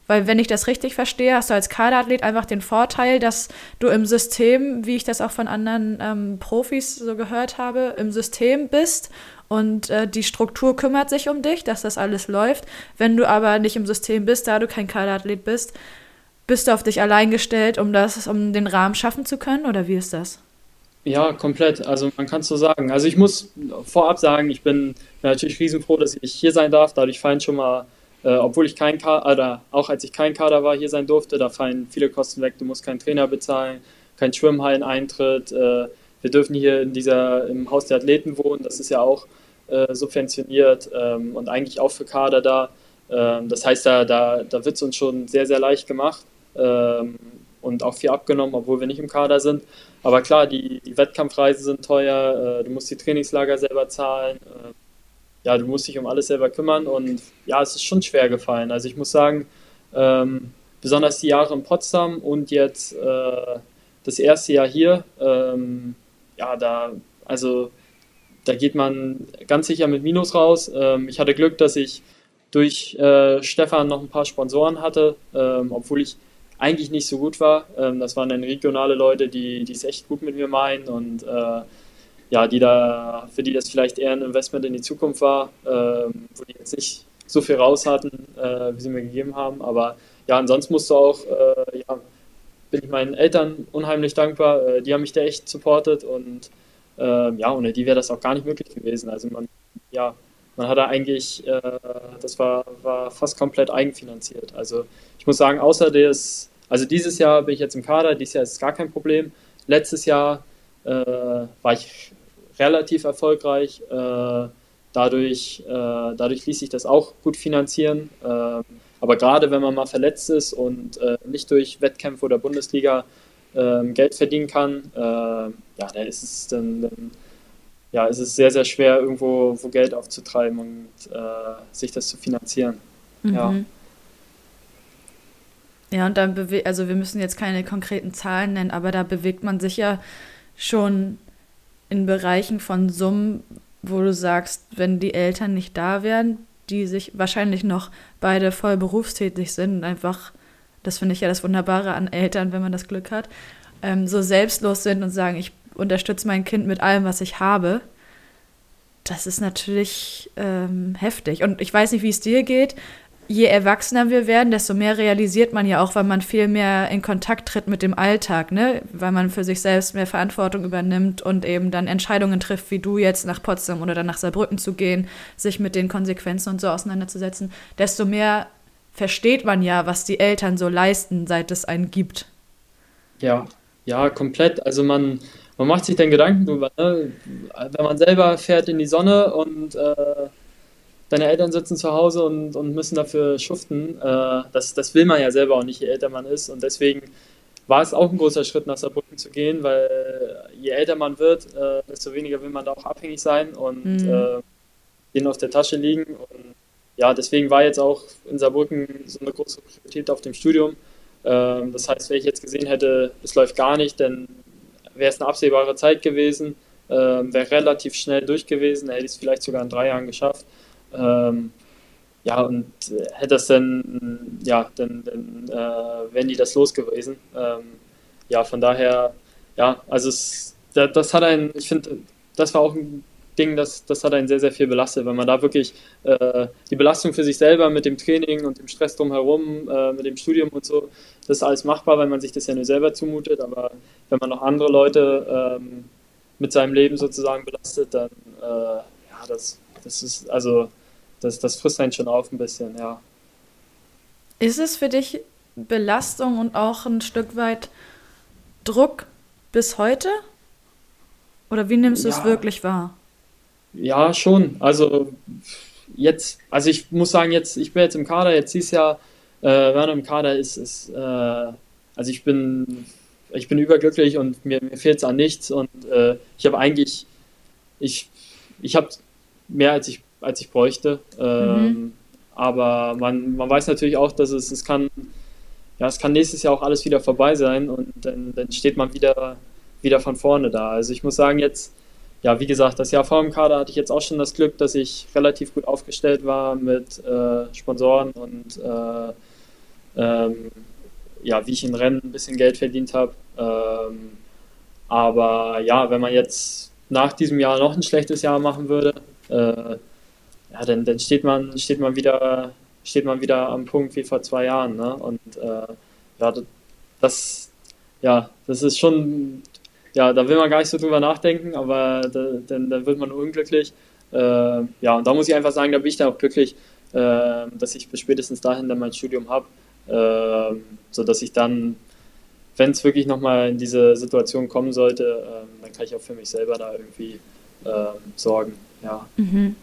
Weil wenn ich das richtig verstehe, hast du als Kaderathlet einfach den Vorteil, dass du im System, wie ich das auch von anderen ähm, Profis so gehört habe, im System bist und äh, die Struktur kümmert sich um dich, dass das alles läuft. Wenn du aber nicht im System bist, da du kein Kaderathlet bist, bist du auf dich allein gestellt, um das, um den Rahmen schaffen zu können, oder wie ist das? Ja, komplett. Also man kann es so sagen. Also ich muss vorab sagen, ich bin natürlich riesenfroh, dass ich hier sein darf. Dadurch fallen schon mal, äh, obwohl ich kein Kader, oder auch als ich kein Kader war, hier sein durfte, da fallen viele Kosten weg. Du musst keinen Trainer bezahlen, keinen Schwimmhalleneintritt. Äh, wir dürfen hier in dieser, im Haus der Athleten wohnen. Das ist ja auch äh, subventioniert ähm, und eigentlich auch für Kader da. Ähm, das heißt, da, da, da wird es uns schon sehr, sehr leicht gemacht. Ähm, und auch viel abgenommen, obwohl wir nicht im Kader sind. Aber klar, die, die Wettkampfreisen sind teuer, äh, du musst die Trainingslager selber zahlen, äh, ja, du musst dich um alles selber kümmern und ja, es ist schon schwer gefallen. Also ich muss sagen, ähm, besonders die Jahre in Potsdam und jetzt äh, das erste Jahr hier, ähm, ja, da, also da geht man ganz sicher mit Minus raus. Ähm, ich hatte Glück, dass ich durch äh, Stefan noch ein paar Sponsoren hatte, ähm, obwohl ich eigentlich nicht so gut war. Ähm, das waren dann regionale Leute, die die es echt gut mit mir meinen und äh, ja, die da, für die das vielleicht eher ein Investment in die Zukunft war, ähm, wo die jetzt nicht so viel raus hatten, äh, wie sie mir gegeben haben. Aber ja, ansonsten musst du auch, äh, ja, bin ich meinen Eltern unheimlich dankbar. Äh, die haben mich da echt supportet und äh, ja, ohne die wäre das auch gar nicht möglich gewesen. Also man, ja, man hat da eigentlich, äh, das war, war fast komplett eigenfinanziert. Also ich muss sagen, außer des, also dieses Jahr bin ich jetzt im Kader, dieses Jahr ist es gar kein Problem. Letztes Jahr äh, war ich relativ erfolgreich, äh, dadurch, äh, dadurch ließ sich das auch gut finanzieren. Äh, aber gerade wenn man mal verletzt ist und äh, nicht durch Wettkämpfe oder Bundesliga äh, Geld verdienen kann, äh, ja, dann ist es dann, dann ja, es ist sehr, sehr schwer, irgendwo wo Geld aufzutreiben und äh, sich das zu finanzieren. Ja. Mhm. Ja, und dann bewegt, also wir müssen jetzt keine konkreten Zahlen nennen, aber da bewegt man sich ja schon in Bereichen von Summen, wo du sagst, wenn die Eltern nicht da wären, die sich wahrscheinlich noch beide voll berufstätig sind und einfach, das finde ich ja das Wunderbare an Eltern, wenn man das Glück hat, ähm, so selbstlos sind und sagen, ich unterstütze mein Kind mit allem, was ich habe. Das ist natürlich ähm, heftig. Und ich weiß nicht, wie es dir geht. Je erwachsener wir werden, desto mehr realisiert man ja auch, weil man viel mehr in Kontakt tritt mit dem Alltag, ne? Weil man für sich selbst mehr Verantwortung übernimmt und eben dann Entscheidungen trifft, wie du jetzt nach Potsdam oder dann nach Saarbrücken zu gehen, sich mit den Konsequenzen und so auseinanderzusetzen. Desto mehr versteht man ja, was die Eltern so leisten, seit es einen gibt. Ja, ja, komplett. Also man, man macht sich dann Gedanken drüber, ne? Wenn man selber fährt in die Sonne und äh, deine Eltern sitzen zu Hause und, und müssen dafür schuften, äh, das, das will man ja selber auch nicht, je älter man ist. Und deswegen war es auch ein großer Schritt, nach Saarbrücken zu gehen, weil je älter man wird, äh, desto weniger will man da auch abhängig sein und Mhm. äh, denen auf der Tasche liegen. Und ja, deswegen war jetzt auch in Saarbrücken so eine große Priorität auf dem Studium. Ähm, das heißt, wenn ich jetzt gesehen hätte, es läuft gar nicht, dann wäre es eine absehbare Zeit gewesen, ähm, wäre relativ schnell durch gewesen, hätte ich es vielleicht sogar in drei Jahren geschafft. Ähm, ja, und äh, hätte das dann, ja, dann, dann äh, wären die das los gewesen. Ähm, ja, von daher, ja, also es, da- das hat einen, ich finde, das war auch ein Ding, das, das hat einen sehr, sehr viel belastet, wenn man da wirklich äh, die Belastung für sich selber mit dem Training und dem Stress drumherum, äh, mit dem Studium und so, das ist alles machbar, weil man sich das ja nur selber zumutet, aber wenn man noch andere Leute ähm, mit seinem Leben sozusagen belastet, dann, äh, ja, das, das ist, also, das, das frisst einen schon auf ein bisschen, ja. Ist es für dich Belastung und auch ein Stück weit Druck bis heute? Oder wie nimmst du es Ja, wirklich wahr? ja, schon. Also jetzt, also ich muss sagen, jetzt, ich bin jetzt im Kader, jetzt dieses Jahr, äh, Werner im Kader ist, ist äh, also ich bin, ich bin überglücklich und mir, mir fehlt es an nichts und äh, ich habe eigentlich, ich, ich habe mehr als ich, als ich bräuchte. Mhm. Ähm, aber man, man weiß natürlich auch, dass es, es kann, ja, es kann nächstes Jahr auch alles wieder vorbei sein und dann, dann steht man wieder, wieder von vorne da. Also ich muss sagen, jetzt, ja, wie gesagt, das Jahr vor dem Kader hatte ich jetzt auch schon das Glück, dass ich relativ gut aufgestellt war mit äh, Sponsoren und äh, ähm, ja, wie ich in Rennen ein bisschen Geld verdient habe. Ähm, aber ja, wenn man jetzt nach diesem Jahr noch ein schlechtes Jahr machen würde, äh, ja, dann, dann steht man, steht man wieder, steht man wieder am Punkt wie vor zwei Jahren, ne? Und äh, ja, das, ja, das ist schon, ja, da will man gar nicht so drüber nachdenken, aber da, dann, dann wird man unglücklich. Äh, ja, und da muss ich einfach sagen, da bin ich dann auch glücklich, äh, dass ich bis spätestens dahin dann mein Studium habe, äh, sodass ich dann, wenn es wirklich nochmal in diese Situation kommen sollte, äh, dann kann ich auch für mich selber da irgendwie äh, sorgen. Ja. Mhm.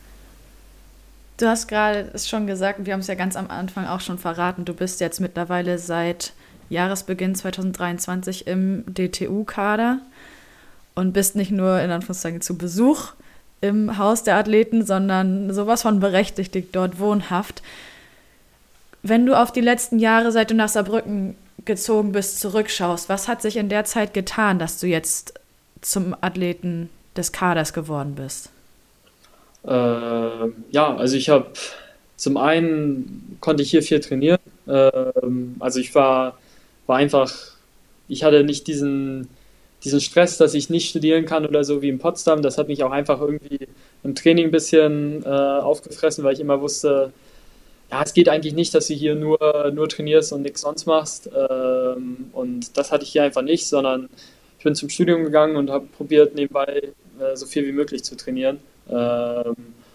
Du hast gerade es schon gesagt, und wir haben es ja ganz am Anfang auch schon verraten, du bist jetzt mittlerweile seit Jahresbeginn zwanzig dreiundzwanzig im D T U-Kader und bist nicht nur in Anführungszeichen zu Besuch im Haus der Athleten, sondern sowas von berechtigt dort wohnhaft. Wenn du auf die letzten Jahre, seit du nach Saarbrücken gezogen bist, zurückschaust, was hat sich in der Zeit getan, dass du jetzt zum Athleten des Kaders geworden bist? Äh, ja, also ich habe zum einen konnte ich hier viel trainieren. Ähm, also ich war, war einfach, ich hatte nicht diesen, diesen Stress, dass ich nicht studieren kann oder so wie in Potsdam. Das hat mich auch einfach irgendwie im Training ein bisschen äh, aufgefressen, weil ich immer wusste, ja, es geht eigentlich nicht, dass du hier nur, nur trainierst und nichts sonst machst. Ähm, und das hatte ich hier einfach nicht, sondern ich bin zum Studium gegangen und habe probiert, nebenbei äh, so viel wie möglich zu trainieren. Ähm,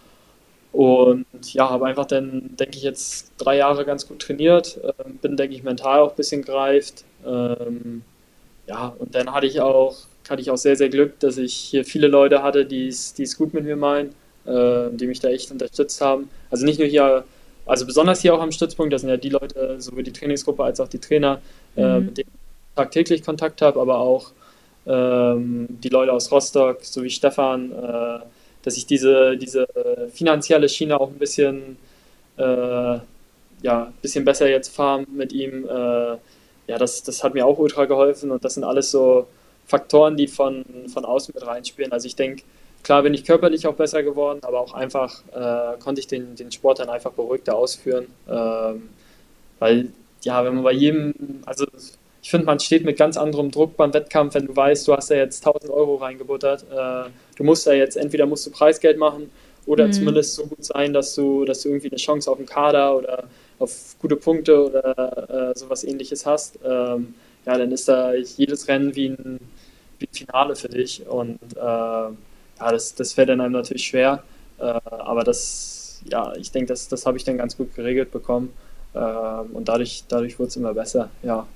und ja, habe einfach dann, denke ich, jetzt drei Jahre ganz gut trainiert, ähm, bin, denke ich, mental auch ein bisschen gereift. Ähm, ja, und dann hatte ich auch, hatte ich auch sehr, sehr Glück, dass ich hier viele Leute hatte, die es die es gut mit mir meinen, äh, die mich da echt unterstützt haben. Also nicht nur hier, also besonders hier auch am Stützpunkt, das sind ja die Leute, sowohl die Trainingsgruppe als auch die Trainer, äh, Mhm. mit denen ich tagtäglich Kontakt habe, aber auch ähm, die Leute aus Rostock, so wie Stefan, äh, dass ich diese, diese äh, finanzielle Schiene auch ein bisschen, äh, ja, bisschen besser jetzt fahre mit ihm. Äh, ja, das, das hat mir auch ultra geholfen und das sind alles so Faktoren, die von, von außen mit reinspielen. Also ich denke, klar bin ich körperlich auch besser geworden, aber auch einfach äh, konnte ich den, den Sport dann einfach beruhigter ausführen. Ähm, weil, ja, wenn man bei jedem, also ich finde, man steht mit ganz anderem Druck beim Wettkampf, wenn du weißt, du hast da jetzt tausend Euro reingebuttert. Äh, du musst da jetzt, entweder musst du Preisgeld machen oder Mhm. zumindest so gut sein, dass du, dass du irgendwie eine Chance auf den Kader oder auf gute Punkte oder äh, sowas ähnliches hast. Ähm, ja, dann ist da jedes Rennen wie ein, wie ein Finale für dich. Und äh, ja, das, das fällt dann einem natürlich schwer. Äh, aber das, ja, ich denke, das, das habe ich dann ganz gut geregelt bekommen. Ähm, und dadurch, dadurch wurde es immer besser. Ja.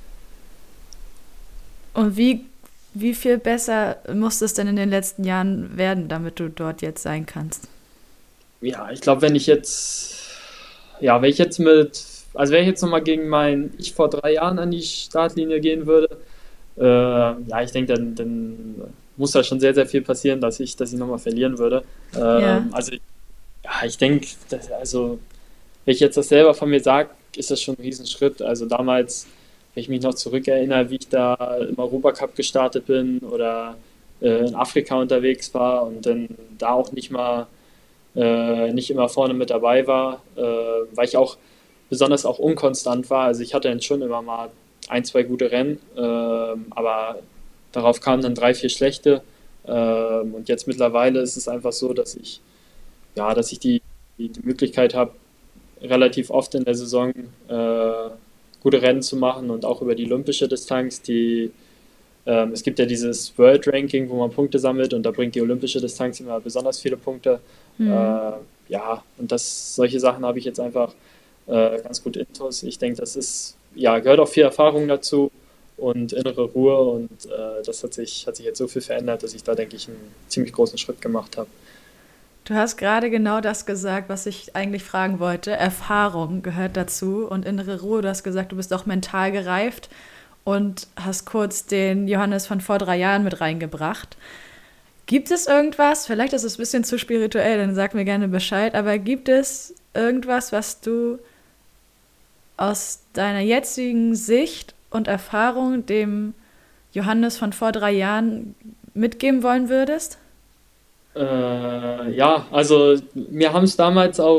Und wie, wie viel besser muss es denn in den letzten Jahren werden, damit du dort jetzt sein kannst? Ja, ich glaube, wenn ich jetzt, ja, wenn ich jetzt mit, also wenn ich jetzt nochmal gegen mein Ich vor drei Jahren an die Startlinie gehen würde, äh, ja, ich denke, dann, dann muss da schon sehr, sehr viel passieren, dass ich, dass ich nochmal verlieren würde. Ja. Ähm, also, ja, ich denke, also, wenn ich jetzt das selber von mir sage, ist das schon ein Riesenschritt. Also damals, wenn ich mich noch zurückerinnere, wie ich da im Europacup gestartet bin oder äh, in Afrika unterwegs war und dann da auch nicht mal äh, nicht immer vorne mit dabei war, äh, weil ich auch besonders auch unkonstant war. Also ich hatte dann schon immer mal ein, zwei gute Rennen, ähm, aber darauf kamen dann drei, vier schlechte. Ähm, und jetzt mittlerweile ist es einfach so, dass ich, ja, dass ich die, die, die Möglichkeit habe, relativ oft in der Saison äh, gute Rennen zu machen und auch über die olympische Distanz, die ähm, es gibt ja dieses World Ranking, wo man Punkte sammelt und da bringt die olympische Distanz immer besonders viele Punkte. Äh, Hm. ja, und das, solche Sachen habe ich jetzt einfach äh, ganz gut intus. Ich denke, das ist, ja, gehört auch viel Erfahrung dazu und innere Ruhe und äh, das hat sich, hat sich jetzt so viel verändert, dass ich da, denke ich, einen ziemlich großen Schritt gemacht habe. Du hast gerade genau das gesagt, was ich eigentlich fragen wollte. Erfahrung gehört dazu und innere Ruhe. Du hast gesagt, du bist auch mental gereift und hast kurz den Johannes von vor drei Jahren mit reingebracht. Gibt es irgendwas, vielleicht ist es ein bisschen zu spirituell, dann sag mir gerne Bescheid, aber gibt es irgendwas, was du aus deiner jetzigen Sicht und Erfahrung dem Johannes von vor drei Jahren mitgeben wollen würdest? Äh, ja, also mir haben es damals auch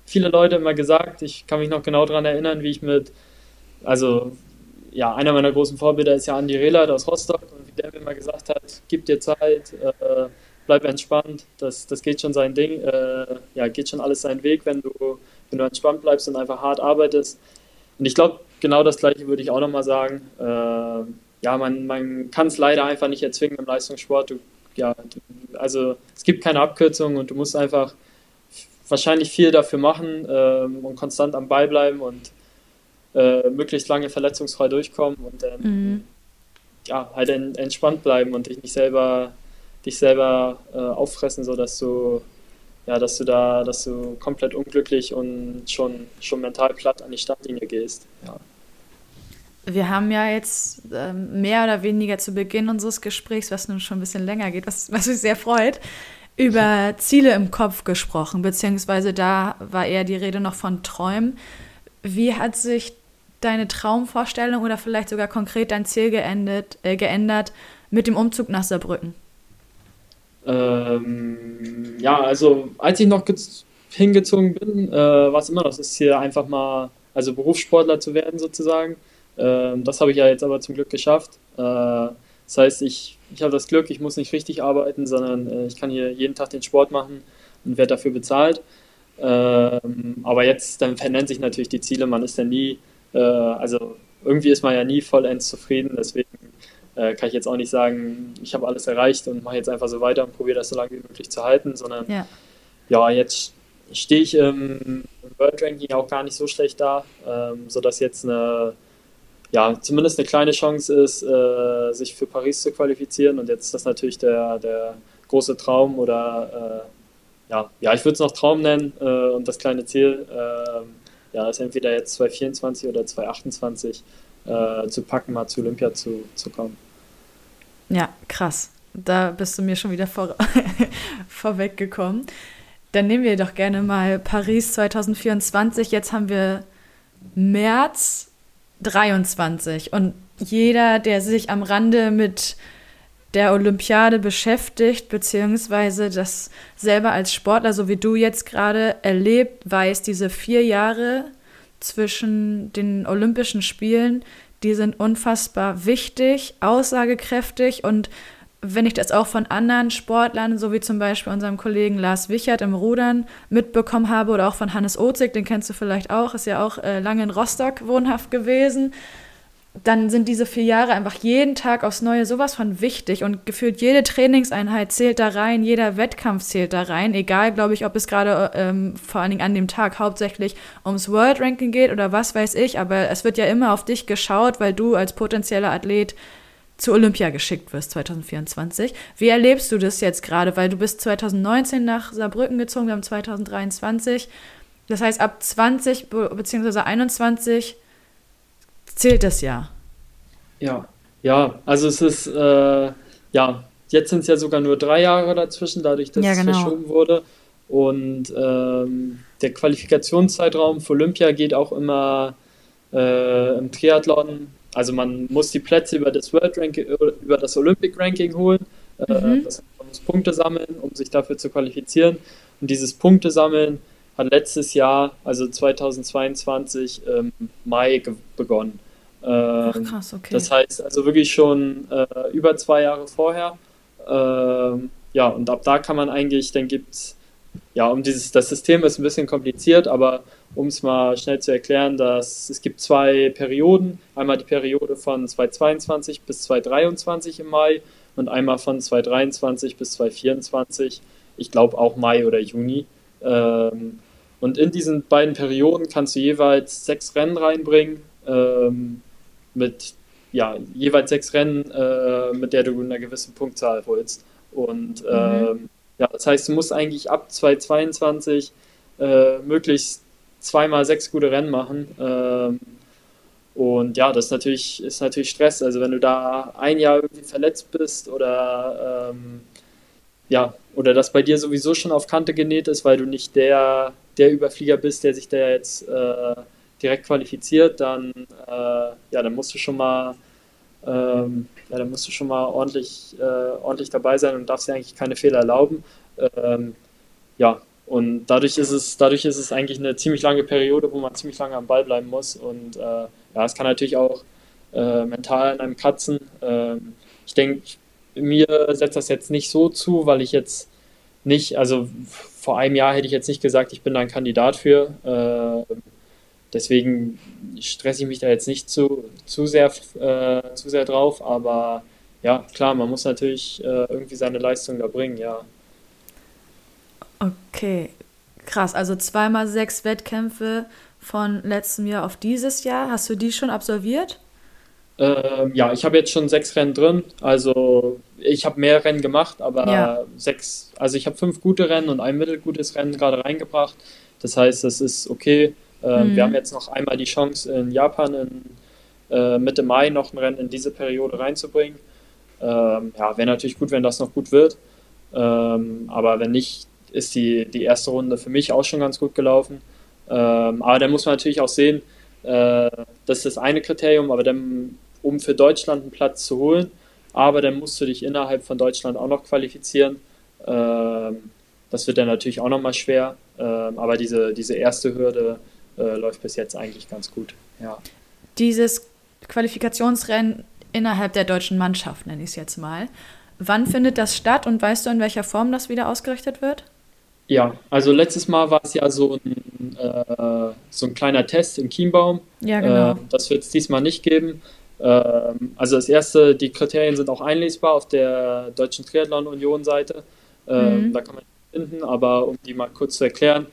viele Leute immer gesagt, ich kann mich noch genau daran erinnern, wie ich mit, also ja, einer meiner großen Vorbilder ist ja Andi Rehlert aus Rostock und wie der mir immer gesagt hat, gib dir Zeit, äh, bleib entspannt, das, das geht schon sein Ding, äh, ja, geht schon alles seinen Weg, wenn du, wenn du entspannt bleibst und einfach hart arbeitest. Und ich glaube, genau das Gleiche würde ich auch nochmal sagen. Äh, ja, man, man kann es leider einfach nicht erzwingen im Leistungssport. Du, ja, du, also es gibt keine Abkürzung und du musst einfach wahrscheinlich viel dafür machen ähm, und konstant am Ball bleiben und äh, möglichst lange verletzungsfrei durchkommen und dann Mhm. ja, halt en, entspannt bleiben und dich nicht selber, dich selber äh, auffressen, sodass du ja, dass du da, dass du komplett unglücklich und schon, schon mental platt an die Startlinie gehst. Ja. Wir haben ja jetzt ähm, mehr oder weniger zu Beginn unseres Gesprächs, was nun schon ein bisschen länger geht, was, was mich sehr freut, über Ziele im Kopf gesprochen, beziehungsweise da war eher die Rede noch von Träumen. Wie hat sich deine Traumvorstellung oder vielleicht sogar konkret dein Ziel geendet, äh, geändert mit dem Umzug nach Saarbrücken? Ähm, ja, also als ich noch gez- hingezogen bin, äh, war es immer noch das Ziel, einfach mal, also Berufssportler zu werden sozusagen. Ähm, das habe ich ja jetzt aber zum Glück geschafft. Äh, das heißt, ich, ich habe das Glück, ich muss nicht richtig arbeiten, sondern äh, ich kann hier jeden Tag den Sport machen und werde dafür bezahlt. Ähm, aber jetzt, dann verändern sich natürlich die Ziele, man ist ja nie, äh, also irgendwie ist man ja nie vollends zufrieden, deswegen äh, kann ich jetzt auch nicht sagen, ich habe alles erreicht und mache jetzt einfach so weiter und probiere das so lange wie möglich zu halten, sondern Ja, ja, jetzt stehe ich im, im World Ranking auch gar nicht so schlecht da, ähm, sodass jetzt eine, ja, zumindest eine kleine Chance ist, äh, sich für Paris zu qualifizieren und jetzt ist das natürlich der, der große Traum oder äh, ja, ja, ich würde es noch Traum nennen äh, und das kleine Ziel, ähm, ja, ist entweder jetzt zwanzig vierundzwanzig oder zwanzig achtundzwanzig äh, zu packen, mal zu Olympia zu, zu kommen. ja, krass. Da bist du mir schon wieder vor, vorweggekommen. Dann nehmen wir doch gerne mal Paris zwanzig vierundzwanzig. Jetzt haben wir März dreiundzwanzig und jeder, der sich am Rande mit der Olympiade beschäftigt, beziehungsweise das selber als Sportler, so wie du jetzt gerade erlebt, weiß, diese vier Jahre zwischen den Olympischen Spielen, die sind unfassbar wichtig, aussagekräftig und wenn ich das auch von anderen Sportlern, so wie zum Beispiel unserem Kollegen Lars Wichert im Rudern mitbekommen habe oder auch von Hannes Ozig, den kennst du vielleicht auch, ist ja auch äh, lange in Rostock wohnhaft gewesen, dann sind diese vier Jahre einfach jeden Tag aufs Neue sowas von wichtig und gefühlt jede Trainingseinheit zählt da rein, jeder Wettkampf zählt da rein, egal, glaube ich, ob es gerade ähm, vor allen Dingen an dem Tag hauptsächlich ums World Ranking geht oder was weiß ich, aber es wird ja immer auf dich geschaut, weil du als potenzieller Athlet zu Olympia geschickt wirst zwanzig vierundzwanzig. Wie erlebst du das jetzt gerade? Weil du bist zwanzig neunzehn nach Saarbrücken gezogen, wir haben zwanzig dreiundzwanzig. Das heißt, ab zwanzig bzw. einundzwanzig zählt das Jahr. Ja, ja, also es ist, äh, ja, jetzt sind es ja sogar nur drei Jahre dazwischen, dadurch, dass Ja, es genau. verschoben wurde. Und ähm, der Qualifikationszeitraum für Olympia geht auch immer äh, im Triathlon. Also man muss die Plätze über das World Ranking, über das Olympic Ranking holen. Äh, Mhm. das heißt, man muss Punkte sammeln, um sich dafür zu qualifizieren. Und dieses Punktesammeln hat letztes Jahr, also zweitausendzweiundzwanzig, im Mai ge- begonnen. Ach Ähm, krass, okay. das heißt also wirklich schon äh, über zwei Jahre vorher. Ähm, ja, und ab da kann man eigentlich, dann gibt es, ja, um dieses, das System ist ein bisschen kompliziert, aber um es mal schnell zu erklären, dass es gibt zwei Perioden. Einmal die Periode von zweitausendzweiundzwanzig bis zweitausenddreiundzwanzig im Mai und einmal von zweitausenddreiundzwanzig bis zweitausendvierundzwanzig, ich glaube auch Mai oder Juni. Ähm, und in diesen beiden Perioden kannst du jeweils sechs Rennen reinbringen, ähm, mit ja, jeweils sechs Rennen, äh, mit der du eine gewisse Punktzahl holst. Und Mhm. ähm, ja, das heißt, du musst eigentlich ab zweitausendzweiundzwanzig äh, möglichst zweimal sechs gute Rennen machen. Ähm, und ja, das ist natürlich, ist natürlich Stress. Also wenn du da ein Jahr irgendwie verletzt bist oder ähm, ja, oder das bei dir sowieso schon auf Kante genäht ist, weil du nicht der, der Überflieger bist, der sich da jetzt äh, direkt qualifiziert, dann, äh, ja, dann musst du schon mal, ähm, ja, dann musst du schon mal ordentlich, äh, ordentlich dabei sein und darfst dir eigentlich keine Fehler erlauben. Ähm, ja, Und dadurch ist es, dadurch ist es eigentlich eine ziemlich lange Periode, wo man ziemlich lange am Ball bleiben muss. Und äh, ja, es kann natürlich auch äh, mental in einem kratzen. Ähm, ich denke, mir setzt das jetzt nicht so zu, weil ich jetzt nicht, also vor einem Jahr hätte ich jetzt nicht gesagt, ich bin da ein Kandidat für. Äh, deswegen stresse ich mich da jetzt nicht zu, zu sehr, äh, zu sehr drauf. Aber ja, klar, man muss natürlich äh, irgendwie seine Leistung da bringen, ja. Okay, krass. Also zweimal sechs Wettkämpfe von letztem Jahr auf dieses Jahr. Hast du die schon absolviert? Ähm, ja, ich habe jetzt schon sechs Rennen drin. Also ich habe mehr Rennen gemacht, Ja. aber sechs, also ich habe fünf gute Rennen und ein mittelgutes Rennen gerade reingebracht. Das heißt, das ist okay. Ähm, wir haben Mhm. jetzt noch einmal die Chance in Japan in äh, Mitte Mai noch ein Rennen in diese Periode reinzubringen. Ähm, ja, wäre natürlich gut, wenn das noch gut wird. Ähm, aber wenn nicht, ist die, die erste Runde für mich auch schon ganz gut gelaufen. Ähm, aber dann muss man natürlich auch sehen, äh, das ist das eine Kriterium, aber dann, um für Deutschland einen Platz zu holen, aber dann musst du dich innerhalb von Deutschland auch noch qualifizieren. Ähm, das wird dann natürlich auch nochmal schwer, ähm, aber diese, diese erste Hürde äh, läuft bis jetzt eigentlich ganz gut. Ja. Dieses Qualifikationsrennen innerhalb der deutschen Mannschaft, nenne ich es jetzt mal. Wann findet das statt und weißt du, in welcher Form das wieder ausgerichtet wird? Ja, also letztes Mal war es ja so ein, äh, so ein kleiner Test in Chiembaum. Ja, Äh, genau. das wird es diesmal nicht geben. Ähm, also das erste, die Kriterien sind auch einlesbar auf der Deutschen Triathlon Union Seite. Ähm, Mhm. da kann man die finden, aber um die mal kurz zu erklären,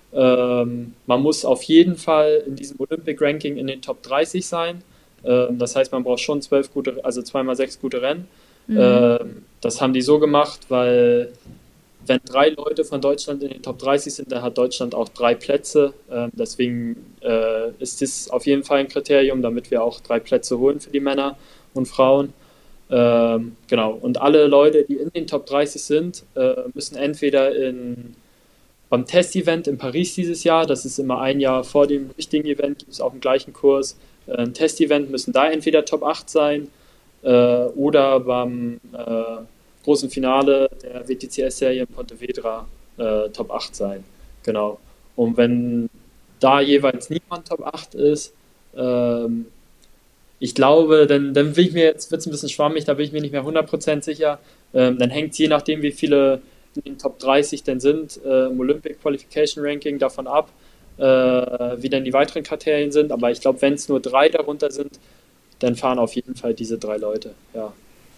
ähm, man muss auf jeden Fall in diesem Olympic Ranking in den Top dreißig sein. Ähm, das heißt, man braucht schon zwölf gute, also zweimal sechs gute Rennen. Mhm. Ähm, das haben die so gemacht, weil wenn drei Leute von Deutschland in den Top dreißig sind, dann hat Deutschland auch drei Plätze. Ähm, deswegen äh, ist das auf jeden Fall ein Kriterium, damit wir auch drei Plätze holen für die Männer und Frauen. Ähm, genau. Und alle Leute, die in den Top dreißig sind, äh, müssen entweder in, beim Testevent in Paris dieses Jahr, das ist immer ein Jahr vor dem richtigen Event, gibt es auch im gleichen Kurs, äh, ein Testevent, müssen da entweder Top acht sein äh, oder beim äh, großen Finale der W T C S-Serie in Pontevedra äh, Top acht sein. Genau. Und wenn da jeweils niemand Top acht ist, ähm, ich glaube, dann, dann will ich mir jetzt, wird es ein bisschen schwammig, da bin ich mir nicht mehr hundert Prozent sicher. Ähm, dann hängt es je nachdem, wie viele in den Top dreißig denn sind, äh, im Olympic Qualification Ranking davon ab, äh, wie dann die weiteren Kriterien sind. Aber ich glaube, wenn es nur drei darunter sind, dann fahren auf jeden Fall diese drei Leute. Ja,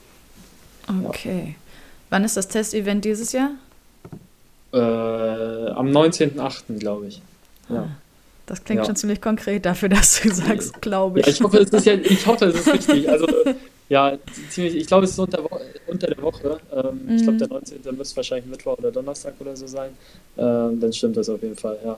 ja. Okay. Wann ist das Testevent dieses Jahr? Äh, am neunzehnten achten glaube ich. Ja, Das klingt ja. schon ziemlich konkret dafür, dass du sagst, glaube Ja, ich. ich hoffe, es ist ja, ich hoffe, es ist richtig. Also, ja, ziemlich, ich glaube, es ist unter, Wo- unter der Woche. Ähm, ich glaube, der Mhm. neunzehnte müsste wahrscheinlich Mittwoch oder Donnerstag oder so sein. Ähm, dann stimmt das auf jeden Fall, ja.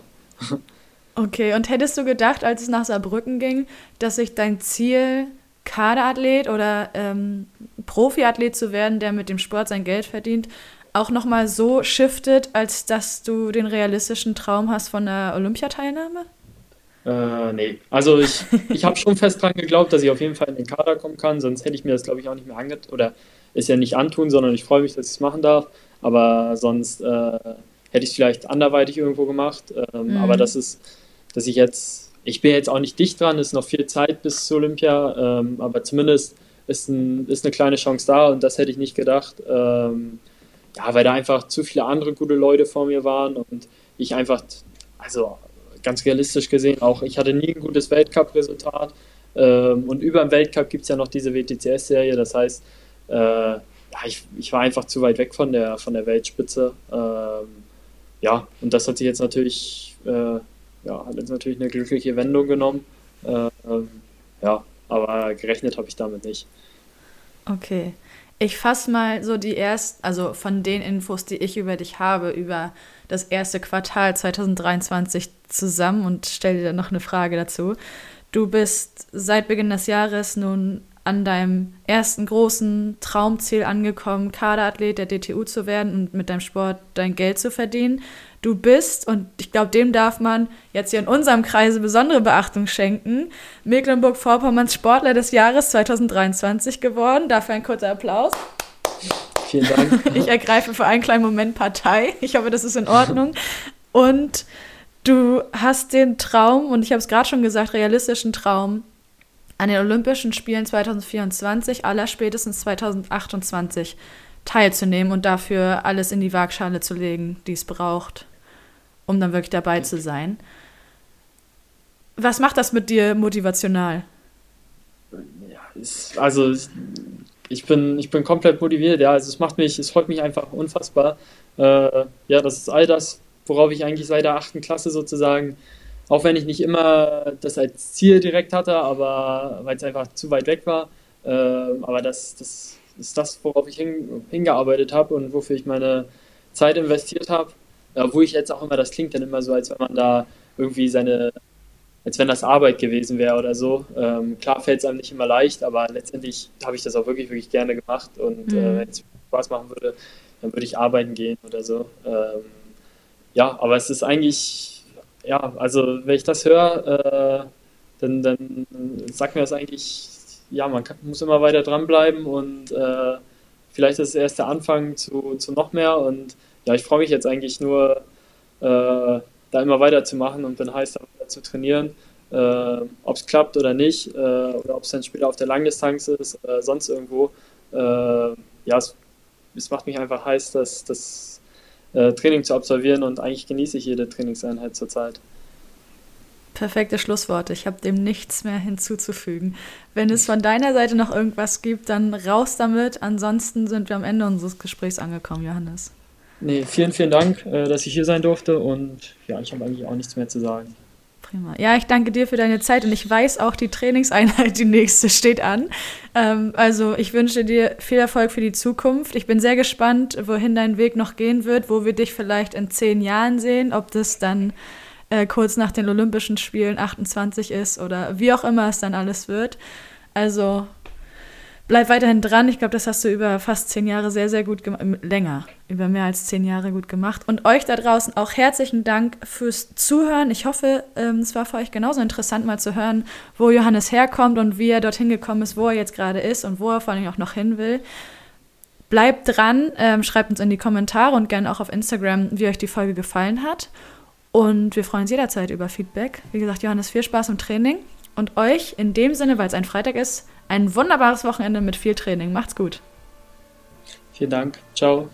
Okay, und hättest du gedacht, als es nach Saarbrücken ging, dass sich dein Ziel, Kaderathlet oder ähm, Profiathlet zu werden, der mit dem Sport sein Geld verdient, auch nochmal so shiftet, als dass du den realistischen Traum hast von der Olympiateilnahme? Äh, nee, also ich, ich habe schon fest dran geglaubt, dass ich auf jeden Fall in den Kader kommen kann, sonst hätte ich mir das, glaube ich, auch nicht mehr angetan, oder ist ja nicht antun, sondern ich freue mich, dass ich es machen darf, aber sonst äh, hätte ich es vielleicht anderweitig irgendwo gemacht, ähm, aber Mhm. das ist, dass ich jetzt, ich bin jetzt auch nicht dicht dran, es ist noch viel Zeit bis zur Olympia, ähm, aber zumindest ist, ein, ist eine kleine Chance da und das hätte ich nicht gedacht, ähm, ja, weil da einfach zu viele andere gute Leute vor mir waren und ich einfach, also ganz realistisch gesehen, auch ich hatte nie ein gutes Weltcup-Resultat. Ähm, und über dem Weltcup gibt es ja noch diese W T C S-Serie. Das heißt, äh, ja, ich, ich war einfach zu weit weg von der, von der Weltspitze. Ähm, ja, und das hat sich jetzt natürlich, äh, ja, hat jetzt natürlich eine glückliche Wendung genommen. Ähm, ja, aber gerechnet habe ich damit nicht. Okay. Ich fasse mal so die ersten, also von den Infos, die ich über dich habe, über das erste Quartal zwanzig dreiundzwanzig zusammen und stelle dir dann noch eine Frage dazu. Du bist seit Beginn des Jahres nun an deinem ersten großen Traumziel angekommen, Kaderathlet der D T U zu werden und mit deinem Sport dein Geld zu verdienen. Du bist, und ich glaube, dem darf man jetzt hier in unserem Kreise besondere Beachtung schenken, Mecklenburg-Vorpommerns Sportler des Jahres zwanzig dreiundzwanzig geworden. Dafür ein kurzer Applaus. Vielen Dank. Ich ergreife für einen kleinen Moment Partei. Ich hoffe, das ist in Ordnung. Und du hast den Traum, und ich habe es gerade schon gesagt, realistischen Traum, an den Olympischen Spielen zwanzig vierundzwanzig, allerspätestens zwanzig achtundzwanzig teilzunehmen und dafür alles in die Waagschale zu legen, die es braucht, um dann wirklich dabei zu sein. Was macht das mit dir motivational? Ja, ist, also ich bin, ich bin komplett motiviert, ja, also es macht mich, es freut mich einfach unfassbar. Äh, ja, das ist all das, worauf ich eigentlich seit der achten Klasse sozusagen, auch wenn ich nicht immer das als Ziel direkt hatte, aber weil es einfach zu weit weg war, äh, aber das, das ist das, worauf ich hin, hingearbeitet habe und wofür ich meine Zeit investiert habe, ja, wo ich jetzt auch immer, das klingt dann immer so, als wenn man da irgendwie seine, als wenn das Arbeit gewesen wäre oder so. Ähm, klar fällt es einem nicht immer leicht, aber letztendlich habe ich das auch wirklich, wirklich gerne gemacht und mhm. äh, wenn es Spaß machen würde, dann würde ich arbeiten gehen oder so. Ähm, ja, aber es ist eigentlich, ja, also wenn ich das höre, äh, dann, dann sagt mir das eigentlich, ja, man kann, muss immer weiter dranbleiben und äh, vielleicht ist es erst der Anfang zu, zu noch mehr und ja, ich freue mich jetzt eigentlich nur, äh, da immer weiterzumachen und bin heiß, da weiter zu trainieren. Äh, ob es klappt oder nicht, äh, oder ob es dann später auf der Langdistanz ist oder sonst irgendwo. Äh, ja, es, es macht mich einfach heiß, das, das äh, Training zu absolvieren und eigentlich genieße ich jede Trainingseinheit zurzeit. Perfekte Schlussworte. Ich habe dem nichts mehr hinzuzufügen. Wenn es von deiner Seite noch irgendwas gibt, dann raus damit. Ansonsten sind wir am Ende unseres Gesprächs angekommen, Johannes. Nee, vielen, vielen Dank, dass ich hier sein durfte und ja, ich habe eigentlich auch nichts mehr zu sagen. Prima. Ja, ich danke dir für deine Zeit und ich weiß auch, die Trainingseinheit, die nächste, steht an. Ähm, also ich wünsche dir viel Erfolg für die Zukunft. Ich bin sehr gespannt, wohin dein Weg noch gehen wird, wo wir dich vielleicht in zehn Jahren sehen, ob das dann äh, kurz nach den Olympischen Spielen achtundzwanzig ist oder wie auch immer es dann alles wird. Also bleib weiterhin dran. Ich glaube, das hast du über fast zehn Jahre sehr, sehr gut gemacht. Länger, über mehr als zehn Jahre gut gemacht. Und euch da draußen auch herzlichen Dank fürs Zuhören. Ich hoffe, ähm, es war für euch genauso interessant, mal zu hören, wo Johannes herkommt und wie er dorthin gekommen ist, wo er jetzt gerade ist und wo er vor allem auch noch hin will. Bleibt dran, ähm, schreibt uns in die Kommentare und gerne auch auf Instagram, wie euch die Folge gefallen hat. Und wir freuen uns jederzeit über Feedback. Wie gesagt, Johannes, viel Spaß im Training. Und euch in dem Sinne, weil es ein Freitag ist, ein wunderbares Wochenende mit viel Training. Macht's gut. Vielen Dank. Ciao.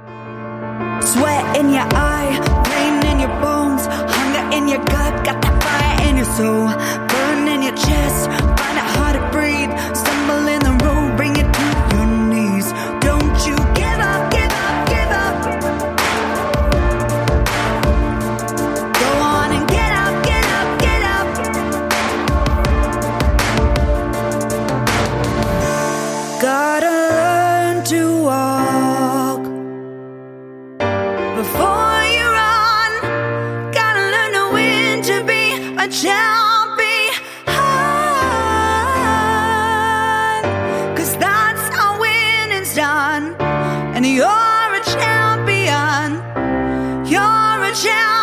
Sweat in your eye, pain in your bones, hunger in your gut, got that fire in your soul, burn in your chest, find it hard to breathe, stumble in the road, bring it to your knees. Don't you give up, give up, give up. Go on and get up, get up, get up. Gotta learn to walk before you run. Gotta learn to win to be a champion. 'Cause that's how winning's done. And you're a champion. You're a champion.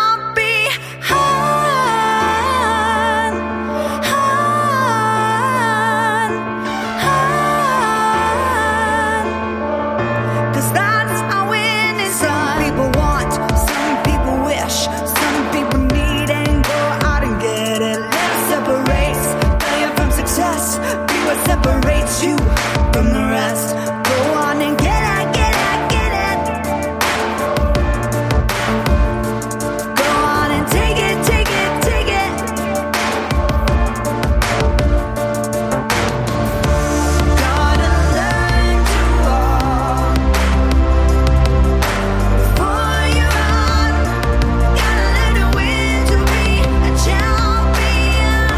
Separates you from the rest. Go on and get it, get it, get it. Go on and take it, take it, take it. Gotta learn to walk before you run. Gotta learn to win to be a champion.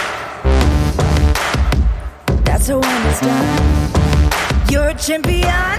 That's how when it's done. You're a champion.